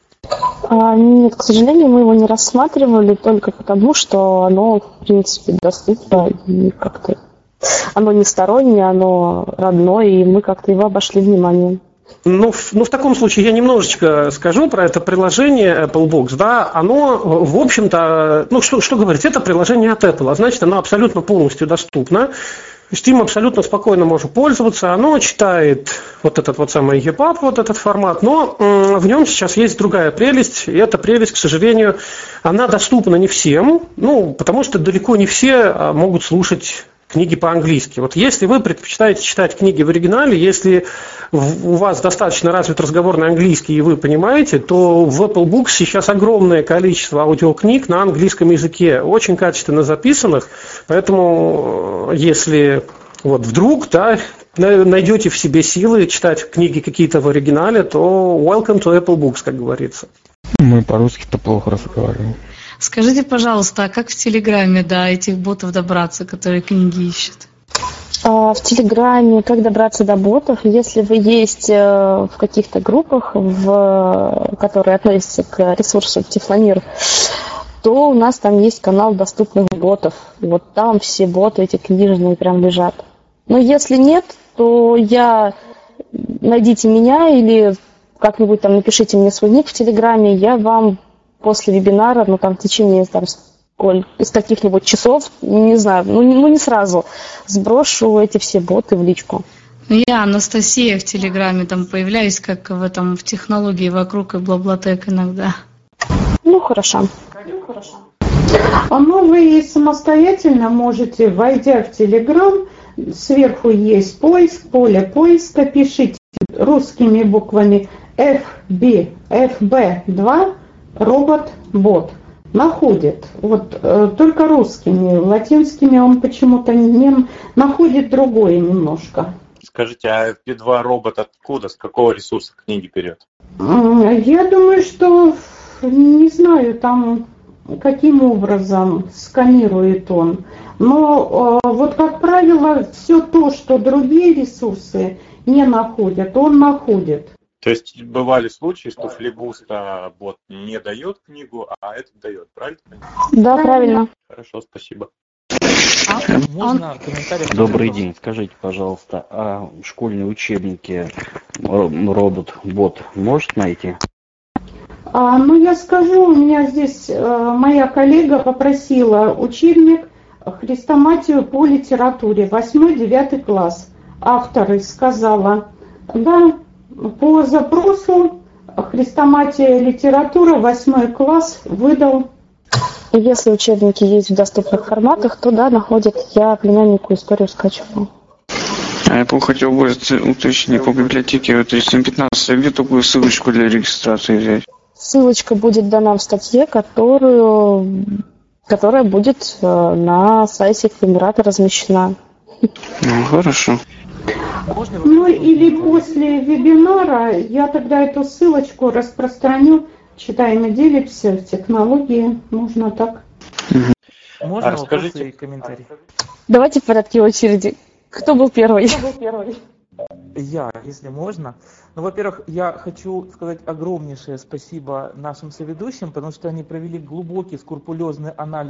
Нет, к сожалению, мы его не рассматривали только потому, что оно, в принципе, доступно и как-то оно не стороннее, оно родное, и мы как-то его обошли вниманием. Ну, в таком случае я немножечко скажу про это приложение Apple Books. Да, оно, в общем-то, что говорить, это приложение от Apple, а значит, оно абсолютно полностью доступно. То есть им абсолютно спокойно можно пользоваться. Оно читает вот этот вот самый EPUB, вот этот формат, но в нем сейчас есть другая прелесть, и эта прелесть, к сожалению, она доступна не всем, потому что далеко не все могут слушать книги по-английски. Вот если вы предпочитаете читать книги в оригинале, если у вас достаточно развит разговорный английский и вы понимаете, то в Apple Books сейчас огромное количество аудиокниг на английском языке, очень качественно записанных, поэтому если вот вдруг найдете в себе силы читать книги какие-то в оригинале, то welcome to Apple Books, как говорится. Мы по-русски-то плохо разговариваем. Скажите, пожалуйста, а как в Телеграме до этих ботов добраться, которые книги ищут? В Телеграме как добраться до ботов? Если вы есть в каких-то группах, которые относятся к ресурсу Тифломир, то у нас там есть канал доступных ботов. Вот там все боты эти книжные прям лежат. Но если нет, то найдите меня или как-нибудь там напишите мне свой ник в Телеграме, я вам после вебинара, в течение из каких-нибудь часов, не знаю, не сразу, сброшу эти все боты в личку. Я, Анастасия, в Телеграме там появляюсь, как в технологии вокруг и Блаблотек иногда. Хорошо. Вы самостоятельно можете, войдя в Телеграм, сверху есть поиск, поле поиска, пишите русскими буквами FB2 робот-бот. Находит. Только русскими, латинскими он почему-то не находит другое немножко. Скажите, а FB2 робот откуда, с какого ресурса книги берет? Я думаю, что не знаю, там каким образом сканирует он. Но как правило, все то, что другие ресурсы не находят, он находит. То есть бывали случаи, что флибуста бот не дает книгу, а этот дает, правильно? Да, правильно. Хорошо, спасибо. Можно комментарий? Добрый день. Скажите, пожалуйста, а школьные учебники робот-бот может найти? Я скажу, у меня здесь моя коллега попросила учебник «Хрестоматию по литературе», 8-9 класс. Авторы сказала, да, по запросу «Хрестоматия литература», 8 класс выдал. Если учебники есть в доступных форматах, то да, находят. Я племяннику историю скачивала. Я хотел бы уточнить по библиотеке 3715, где такую ссылочку для регистрации взять? Ссылочка будет дана в статье, которая будет на сайте Фемирата размещена. Хорошо. Или после вебинара я тогда эту ссылочку распространю. Читаем и делимся в технологии. Можно так. Можно вопросы и комментарии? Давайте в порядке очереди. Кто был первый? Я, если можно. Во-первых, я хочу сказать огромнейшее спасибо нашим соведущим, потому что они провели глубокий, скрупулезный анализ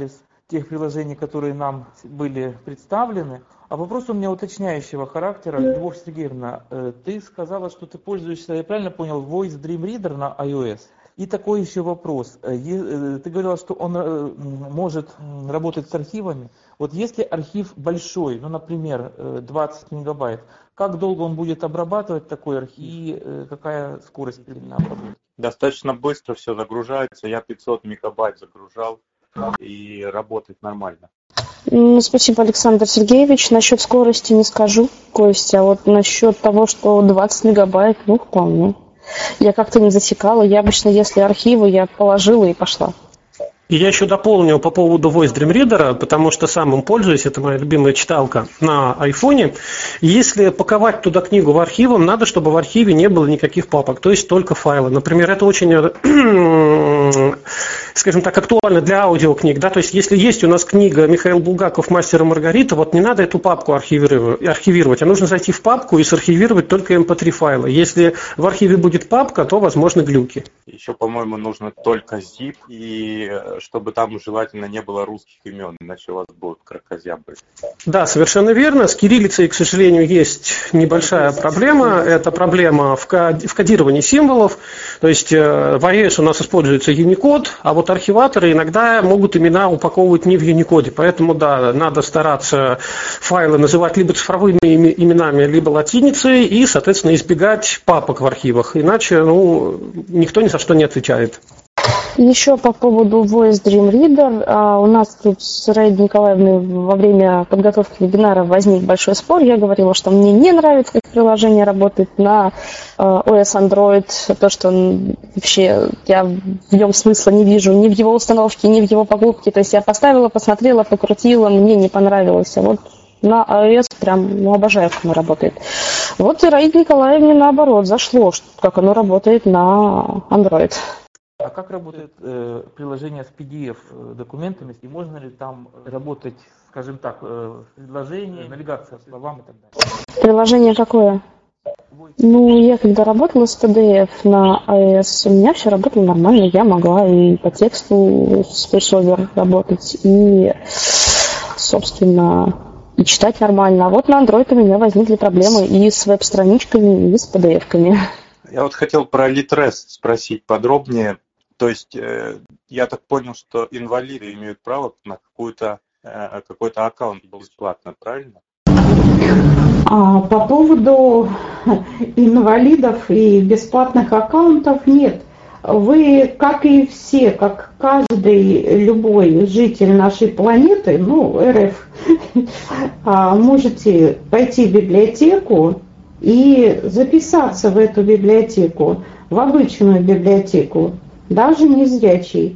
тех приложений, которые нам были представлены. А вопрос у меня уточняющего характера. Любовь Сергеевна, ты сказала, что ты пользуешься, я правильно понял, Voice Dream Reader на iOS? И такой еще вопрос. Ты говорила, что он может работать с архивами. Вот если архив большой, ну, например, 20 мегабайт, как долго он будет обрабатывать такой архив и какая скорость на обработке? Достаточно быстро все загружается. Я 500 мегабайт загружал и работает нормально. Спасибо, Александр Сергеевич. Насчет скорости не скажу, Костя. А вот насчет того, что 20 мегабайт, ну, вполне. Я как-то не засекала. Я обычно, если архивы, я положила и пошла. И я еще дополню по поводу Voice Dream Reader, потому что сам им пользуюсь, это моя любимая читалка на айфоне. Если паковать туда книгу в архивом, надо, чтобы в архиве не было никаких папок, то есть только файлы. Например, это очень, скажем так, актуально для аудиокниг. Да? То есть если есть у нас книга Михаил Булгаков «Мастер и Маргарита», вот не надо эту папку архивировать, а нужно зайти в папку и сархивировать только MP3 файлы. Если в архиве будет папка, то возможны глюки. Еще, по-моему, нужно только zip, и чтобы там желательно не было русских имен, иначе у вас будут кракозябры. Да, совершенно верно. С кириллицей, к сожалению, есть небольшая проблема. Это проблема в кодировании символов. То есть в iOS у нас используется Unicode, а вот архиваторы иногда могут имена упаковывать не в Unicode. Поэтому, да, надо стараться файлы называть либо цифровыми именами, либо латиницей, и, соответственно, избегать папок в архивах. Иначе, никто ни за что не отвечает. Еще по поводу Voice Dream Reader. У нас тут с Раидой Николаевной во время подготовки вебинара возник большой спор. Я говорила, что мне не нравится, как приложение работает на OS Android. То, что вообще я в нем смысла не вижу ни в его установке, ни в его покупке. То есть я поставила, посмотрела, покрутила, мне не понравилось. А вот на iOS прям обожаю, как оно работает. Вот и Раиде Николаевне наоборот зашло, как оно работает на Android. А как работает приложение с PDF-документами? И можно ли там работать, скажем так, предложение, навигация по словам и так далее? Приложение какое? Я когда работала с PDF на iOS, у меня все работало нормально. Я могла и по тексту с VoiceOver работать, и, собственно, и читать нормально. А вот на Android у меня возникли проблемы и с веб-страничками, и с PDF-ками. Я вот хотел про Litres спросить подробнее. То есть я так понял, что инвалиды имеют право на какой-то аккаунт бесплатно, правильно? По поводу инвалидов и бесплатных аккаунтов нет. Вы, как и все, как каждый любой житель нашей планеты, РФ, можете пойти в библиотеку и записаться в эту библиотеку, в обычную библиотеку, даже незрячий.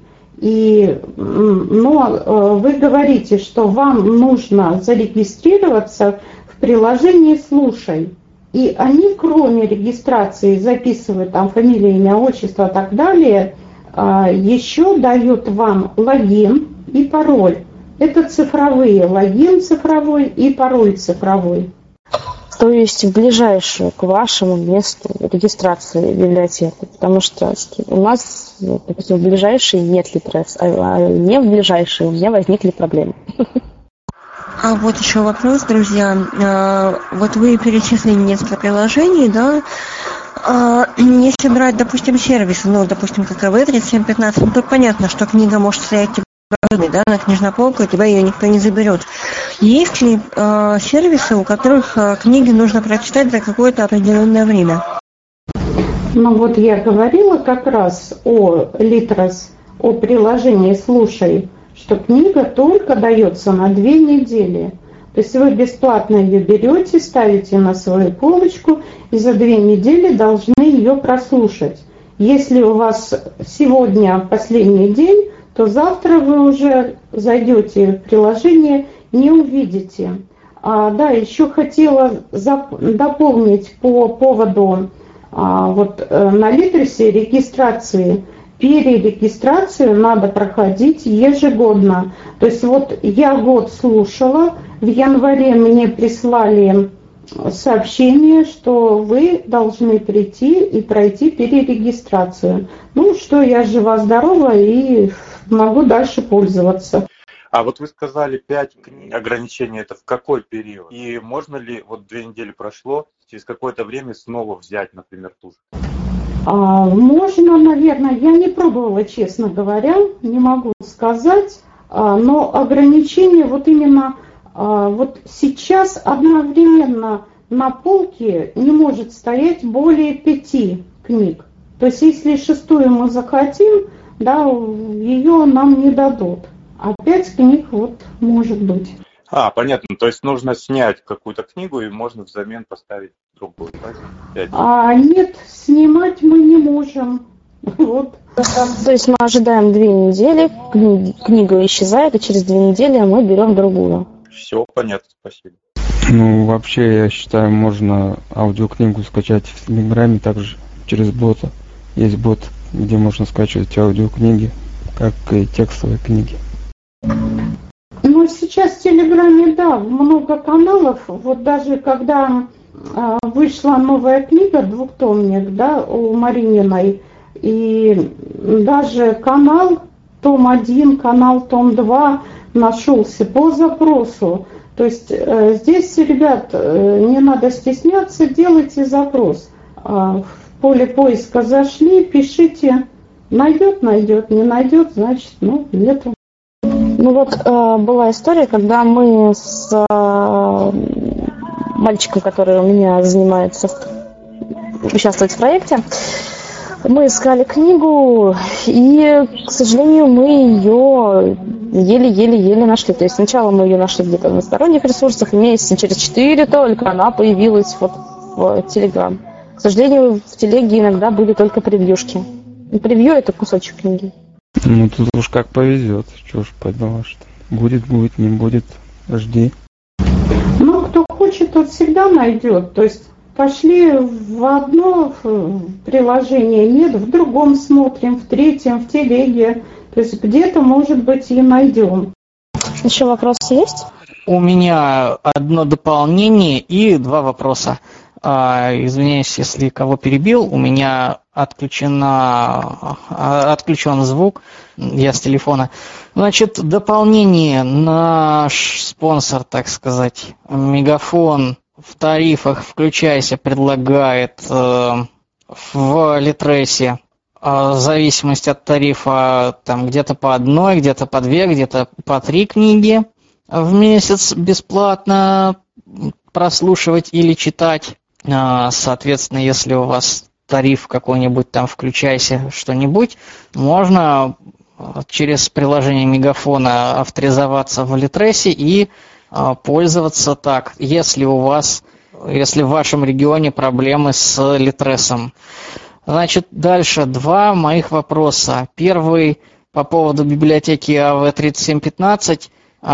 Но вы говорите, что вам нужно зарегистрироваться в приложении «Слушай». И они, кроме регистрации, записывают там фамилию, имя, отчество и так далее, еще дают вам логин и пароль. Это цифровые, логин цифровой и пароль цифровой. То есть ближайшую к вашему месту регистрации библиотеки, потому что у нас, допустим, в ближайшей нет Litres, а не в ближайшей у меня возникли проблемы. А вот еще вопрос, друзья. Вот вы перечислили несколько приложений, да? Если брать, допустим, сервисы, допустим, как AV3715, то понятно, что книга может стоять да, на книжной полке, у тебя ее никто не заберет. Есть ли сервисы, у которых книги нужно прочитать за какое-то определенное время? Вот я говорила как раз о Litres, о приложении «Слушай», что книга только дается на 2 недели. То есть вы бесплатно ее берете, ставите на свою полочку и за 2 недели должны ее прослушать. Если у вас сегодня последний день, то завтра вы уже зайдете в приложение, не увидите. Да, еще хотела дополнить по поводу на Литресе регистрации. Перерегистрацию надо проходить ежегодно. То есть я год слушала, в январе мне прислали сообщение, что вы должны прийти и пройти перерегистрацию. Что я жива-здорова и могу дальше пользоваться. А вот вы сказали 5 ограничений, это в какой период? И можно ли, вот 2 недели прошло, через какое-то время снова взять, например, ту же? Можно, наверное, я не пробовала, честно говоря, не могу сказать, но ограничение вот именно вот сейчас одновременно на полке не может стоять более 5 книг. То есть если 6-ю мы захотим, да, ее нам не дадут. А 5 книг вот может быть. Понятно. То есть нужно снять какую-то книгу и можно взамен поставить другую, так? Нет, снимать мы не можем. Вот. То есть мы ожидаем 2 недели, книга исчезает, и через 2 недели мы берем другую. Все понятно, спасибо. Ну, вообще, я считаю, можно аудиокнигу скачать в Телеграме, также через бота. Есть бот, где можно скачивать аудиокниги, как и текстовые книги. Ну, сейчас в Телеграме, да, много каналов. Вот даже когда вышла новая книга, 2-томник, да, у Марининой, и даже канал том 1, канал том 2 нашелся по запросу. То есть здесь, ребят, не надо стесняться, делайте запрос. В поле поиска зашли, пишите, найдет, не найдет, значит, нету. Ну вот была история, когда мы с мальчиком, который у меня участвует в проекте, мы искали книгу, и, к сожалению, мы ее еле-еле нашли. То есть сначала мы ее нашли где-то на сторонних ресурсах, и месяца через 4 только она появилась вот в Telegram. К сожалению, в телеге иногда были только превьюшки. И превью — это кусочек книги. Ну, тут уж как повезет, что ж поделаешь. Будет, не будет, жди. Ну, кто хочет, тот всегда найдет. То есть пошли в одно приложение, нет, в другом смотрим, в третьем, в телеге. То есть где-то, может быть, и найдем. Еще вопросы есть? У меня одно дополнение и 2 вопроса. Извиняюсь, если кого перебил, у меня отключен звук, я с телефона. Значит, дополнение, наш спонсор, так сказать, Мегафон в тарифах «Включайся» предлагает в Литресе в зависимости от тарифа там где-то по 1, где-то по 2, где-то по 3 книги в месяц бесплатно прослушивать или читать. Соответственно, если у вас тариф какой-нибудь там «Включайся» что-нибудь, можно через приложение Мегафона авторизоваться в Литресе и пользоваться так, если в вашем регионе проблемы с Литресом. Значит, дальше 2 моих вопроса. Первый по поводу библиотеки АВ-3715.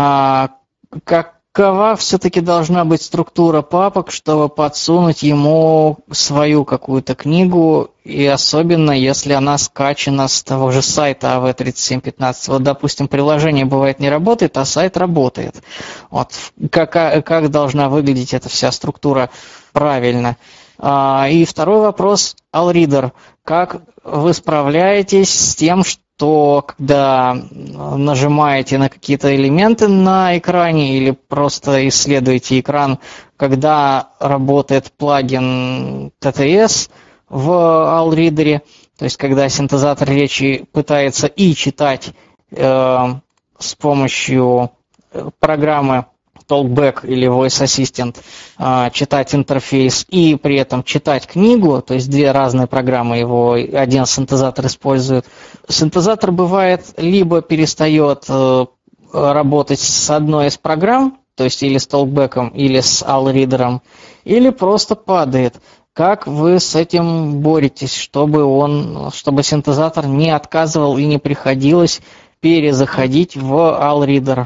Какова все-таки должна быть структура папок, чтобы подсунуть ему свою какую-то книгу, и особенно если она скачана с того же сайта АВ-3715. Вот, допустим, приложение бывает не работает, а сайт работает. Вот как должна выглядеть эта вся структура правильно? И второй вопрос, Allreader. Как вы справляетесь с тем, что когда нажимаете на какие-то элементы на экране или просто исследуете экран, когда работает плагин TTS в Allreader, то есть когда синтезатор речи пытается и читать с помощью программы Talkback или Voice Assistant, читать интерфейс и при этом читать книгу, то есть 2 разные программы, его один синтезатор использует. Синтезатор бывает либо перестает работать с одной из программ, то есть или с Talkback, или с Allreader, или просто падает. Как вы с этим боретесь, чтобы синтезатор не отказывал и не приходилось перезаходить в Allreader?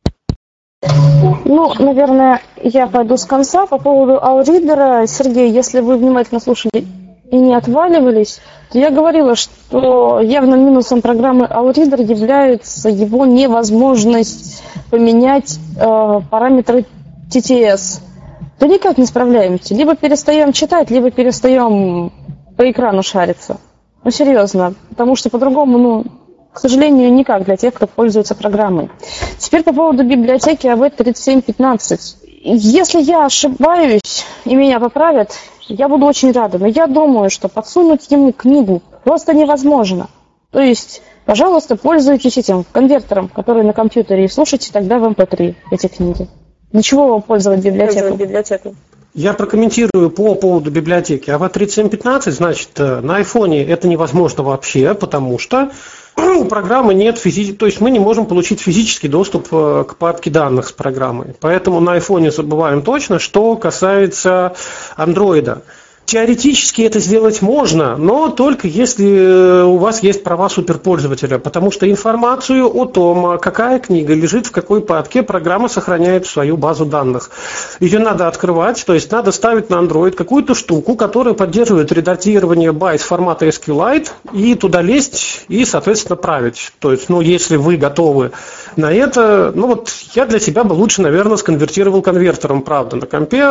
Ну, наверное, я пойду с конца. По поводу Allreader, Сергей, если вы внимательно слушали и не отваливались, то я говорила, что явным минусом программы Allreader является его невозможность поменять параметры TTS. То никак не справляемся. Либо перестаем читать, либо перестаем по экрану шариться. Ну, серьезно. Потому что по-другому, К сожалению, никак для тех, кто пользуется программой. Теперь по поводу библиотеки AV3715. Если я ошибаюсь и меня поправят, я буду очень рада. Но я думаю, что подсунуть ему книгу просто невозможно. То есть, пожалуйста, пользуйтесь этим конвертером, который на компьютере, и слушайте тогда в MP3 эти книги. Для чего вам пользовать библиотеку? Я прокомментирую по поводу библиотеки. AV3715, значит, на айфоне это невозможно вообще, потому что у программы нет то есть мы не можем получить физический доступ к папке данных с программой. Поэтому на айфоне забываем точно, что касается андроида. Теоретически это сделать можно, но только если у вас есть права суперпользователя, потому что информацию о том, какая книга лежит в какой папке, программа сохраняет в свою базу данных. Ее надо открывать, то есть надо ставить на Android какую-то штуку, которая поддерживает редактирование байт формата SQLite, и туда лезть и, соответственно, править. То есть, если вы готовы на это, я для себя бы лучше, наверное, сконвертировал конвертером, правда, на компе,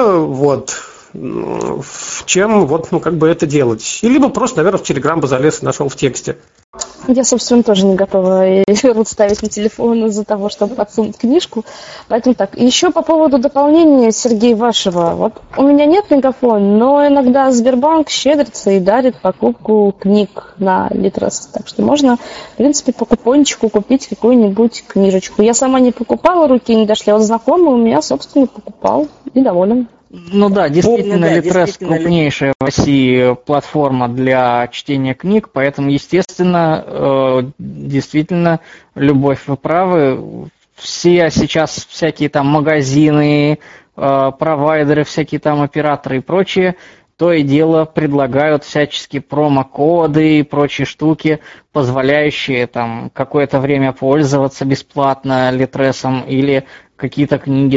чем это делать. И либо просто, наверное, в Telegram бы залез и нашел в тексте. Я, собственно, тоже не готова рут ставить на телефон из-за того, чтобы подсунуть книжку. Поэтому так. Еще по поводу дополнения, Сергей, вашего. У меня нет мегафона, но иногда Сбербанк щедрится и дарит покупку книг на Литрес. Так что можно, в принципе, по купончику купить какую-нибудь книжечку. Я сама не покупала, руки не дошли. Знакомый у меня, собственно, покупал и доволен. Действительно, Литрес крупнейшая в России платформа для чтения книг, поэтому, естественно, действительно, любовь, вы правы. Все сейчас всякие там магазины, провайдеры, всякие там операторы и прочее, то и дело предлагают всяческие промокоды и прочие штуки, позволяющие там какое-то время пользоваться бесплатно Литресом или какие-то книги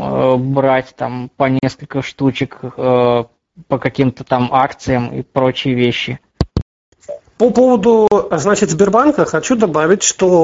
брать по несколько штучек по каким-то там акциям и прочие вещи. По поводу, Сбербанка хочу добавить,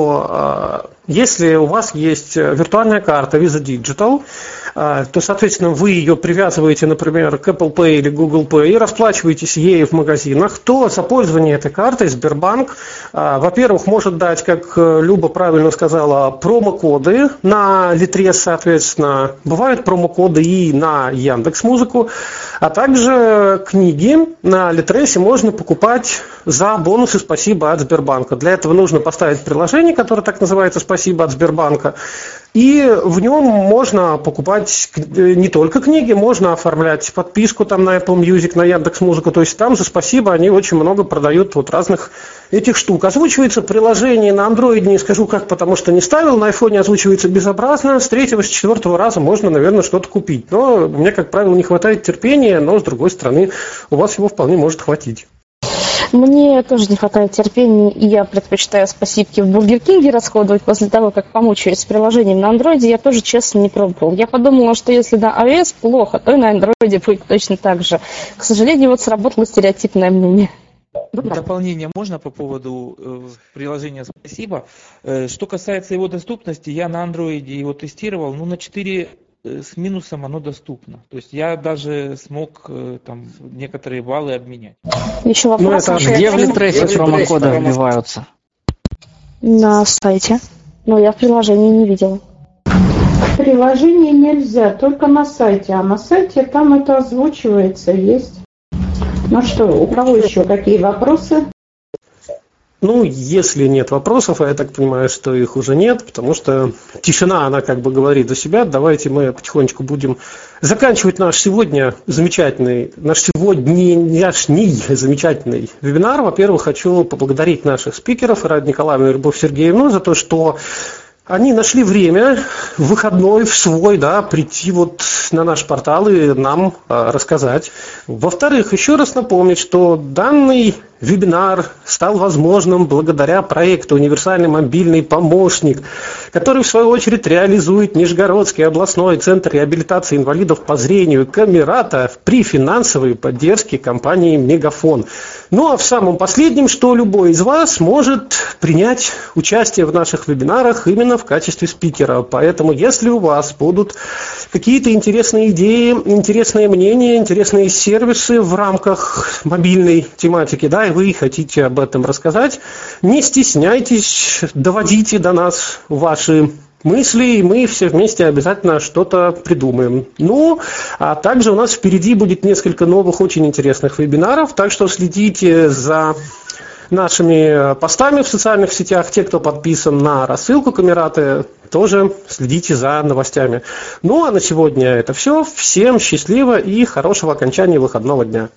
что если у вас есть виртуальная карта Visa Digital, то, соответственно, вы ее привязываете, например, к Apple Pay или Google Pay и расплачиваетесь ею в магазинах, то за пользование этой картой Сбербанк, во-первых, может дать, как Люба правильно сказала, промокоды на Литрес, соответственно, бывают промокоды и на Яндекс.Музыку, а также книги на Литресе можно покупать за бонусы «Спасибо» от Сбербанка. Для этого нужно поставить приложение, которое так называется «Спасибо от Сбербанка», и в нем можно покупать не только книги, можно оформлять подписку на Apple Music, на Яндекс.Музыку, то есть там за «Спасибо» они очень много продают разных этих штук. Озвучивается приложение на Android, не скажу как, потому что не ставил, на айфоне озвучивается безобразно, с 3-го, с 4-го раза можно, наверное, что-то купить. Но мне, как правило, не хватает терпения, но, с другой стороны, у вас его вполне может хватить. Мне тоже не хватает терпения, и я предпочитаю спасибки в Бургер Кинге расходовать после того, как помучаюсь с приложением на андроиде. Я тоже, честно, не пробовал. Я подумала, что если на iOS плохо, то и на андроиде будет точно так же. К сожалению, сработало стереотипное мнение. Дополнение можно по поводу приложения «Спасибо». Что касается его доступности, я на андроиде его тестировал, на 4 с минусом оно доступно. То есть я даже смог некоторые баллы обменять. Еще вопрос. Где в Литресе промокоды вбиваются? На сайте. Но я в приложении не видела. В приложении нельзя, только на сайте. А на сайте там это озвучивается, есть. Ну что, у кого еще какие вопросы? Если нет вопросов, а я так понимаю, что их уже нет, потому что тишина, она говорит за себя. Давайте мы потихонечку будем заканчивать наш сегодняшний замечательный вебинар. Во-первых, хочу поблагодарить наших спикеров, Раиду Николаевну и Любовь Сергеевну, за то, что они нашли время в выходной, в свой, прийти на наш портал и нам рассказать. Во-вторых, еще раз напомнить, что данный вебинар стал возможным благодаря проекту «Универсальный мобильный помощник», который, в свою очередь, реализует Нижегородский областной центр реабилитации инвалидов по зрению «Камерата» при финансовой поддержке компании «Мегафон». А в самом последнем, что любой из вас может принять участие в наших вебинарах именно в качестве спикера. Поэтому, если у вас будут какие-то интересные идеи, интересные мнения, интересные сервисы в рамках мобильной тематики, и вы хотите об этом рассказать, не стесняйтесь, доводите до нас ваши мысли, и мы все вместе обязательно что-то придумаем. Ну, а также у нас впереди будет несколько новых, очень интересных вебинаров, так что следите за нашими постами в социальных сетях. Те, кто подписан на рассылку Камераты, тоже следите за новостями. Ну, а на сегодня это все. Всем счастливо и хорошего окончания выходного дня.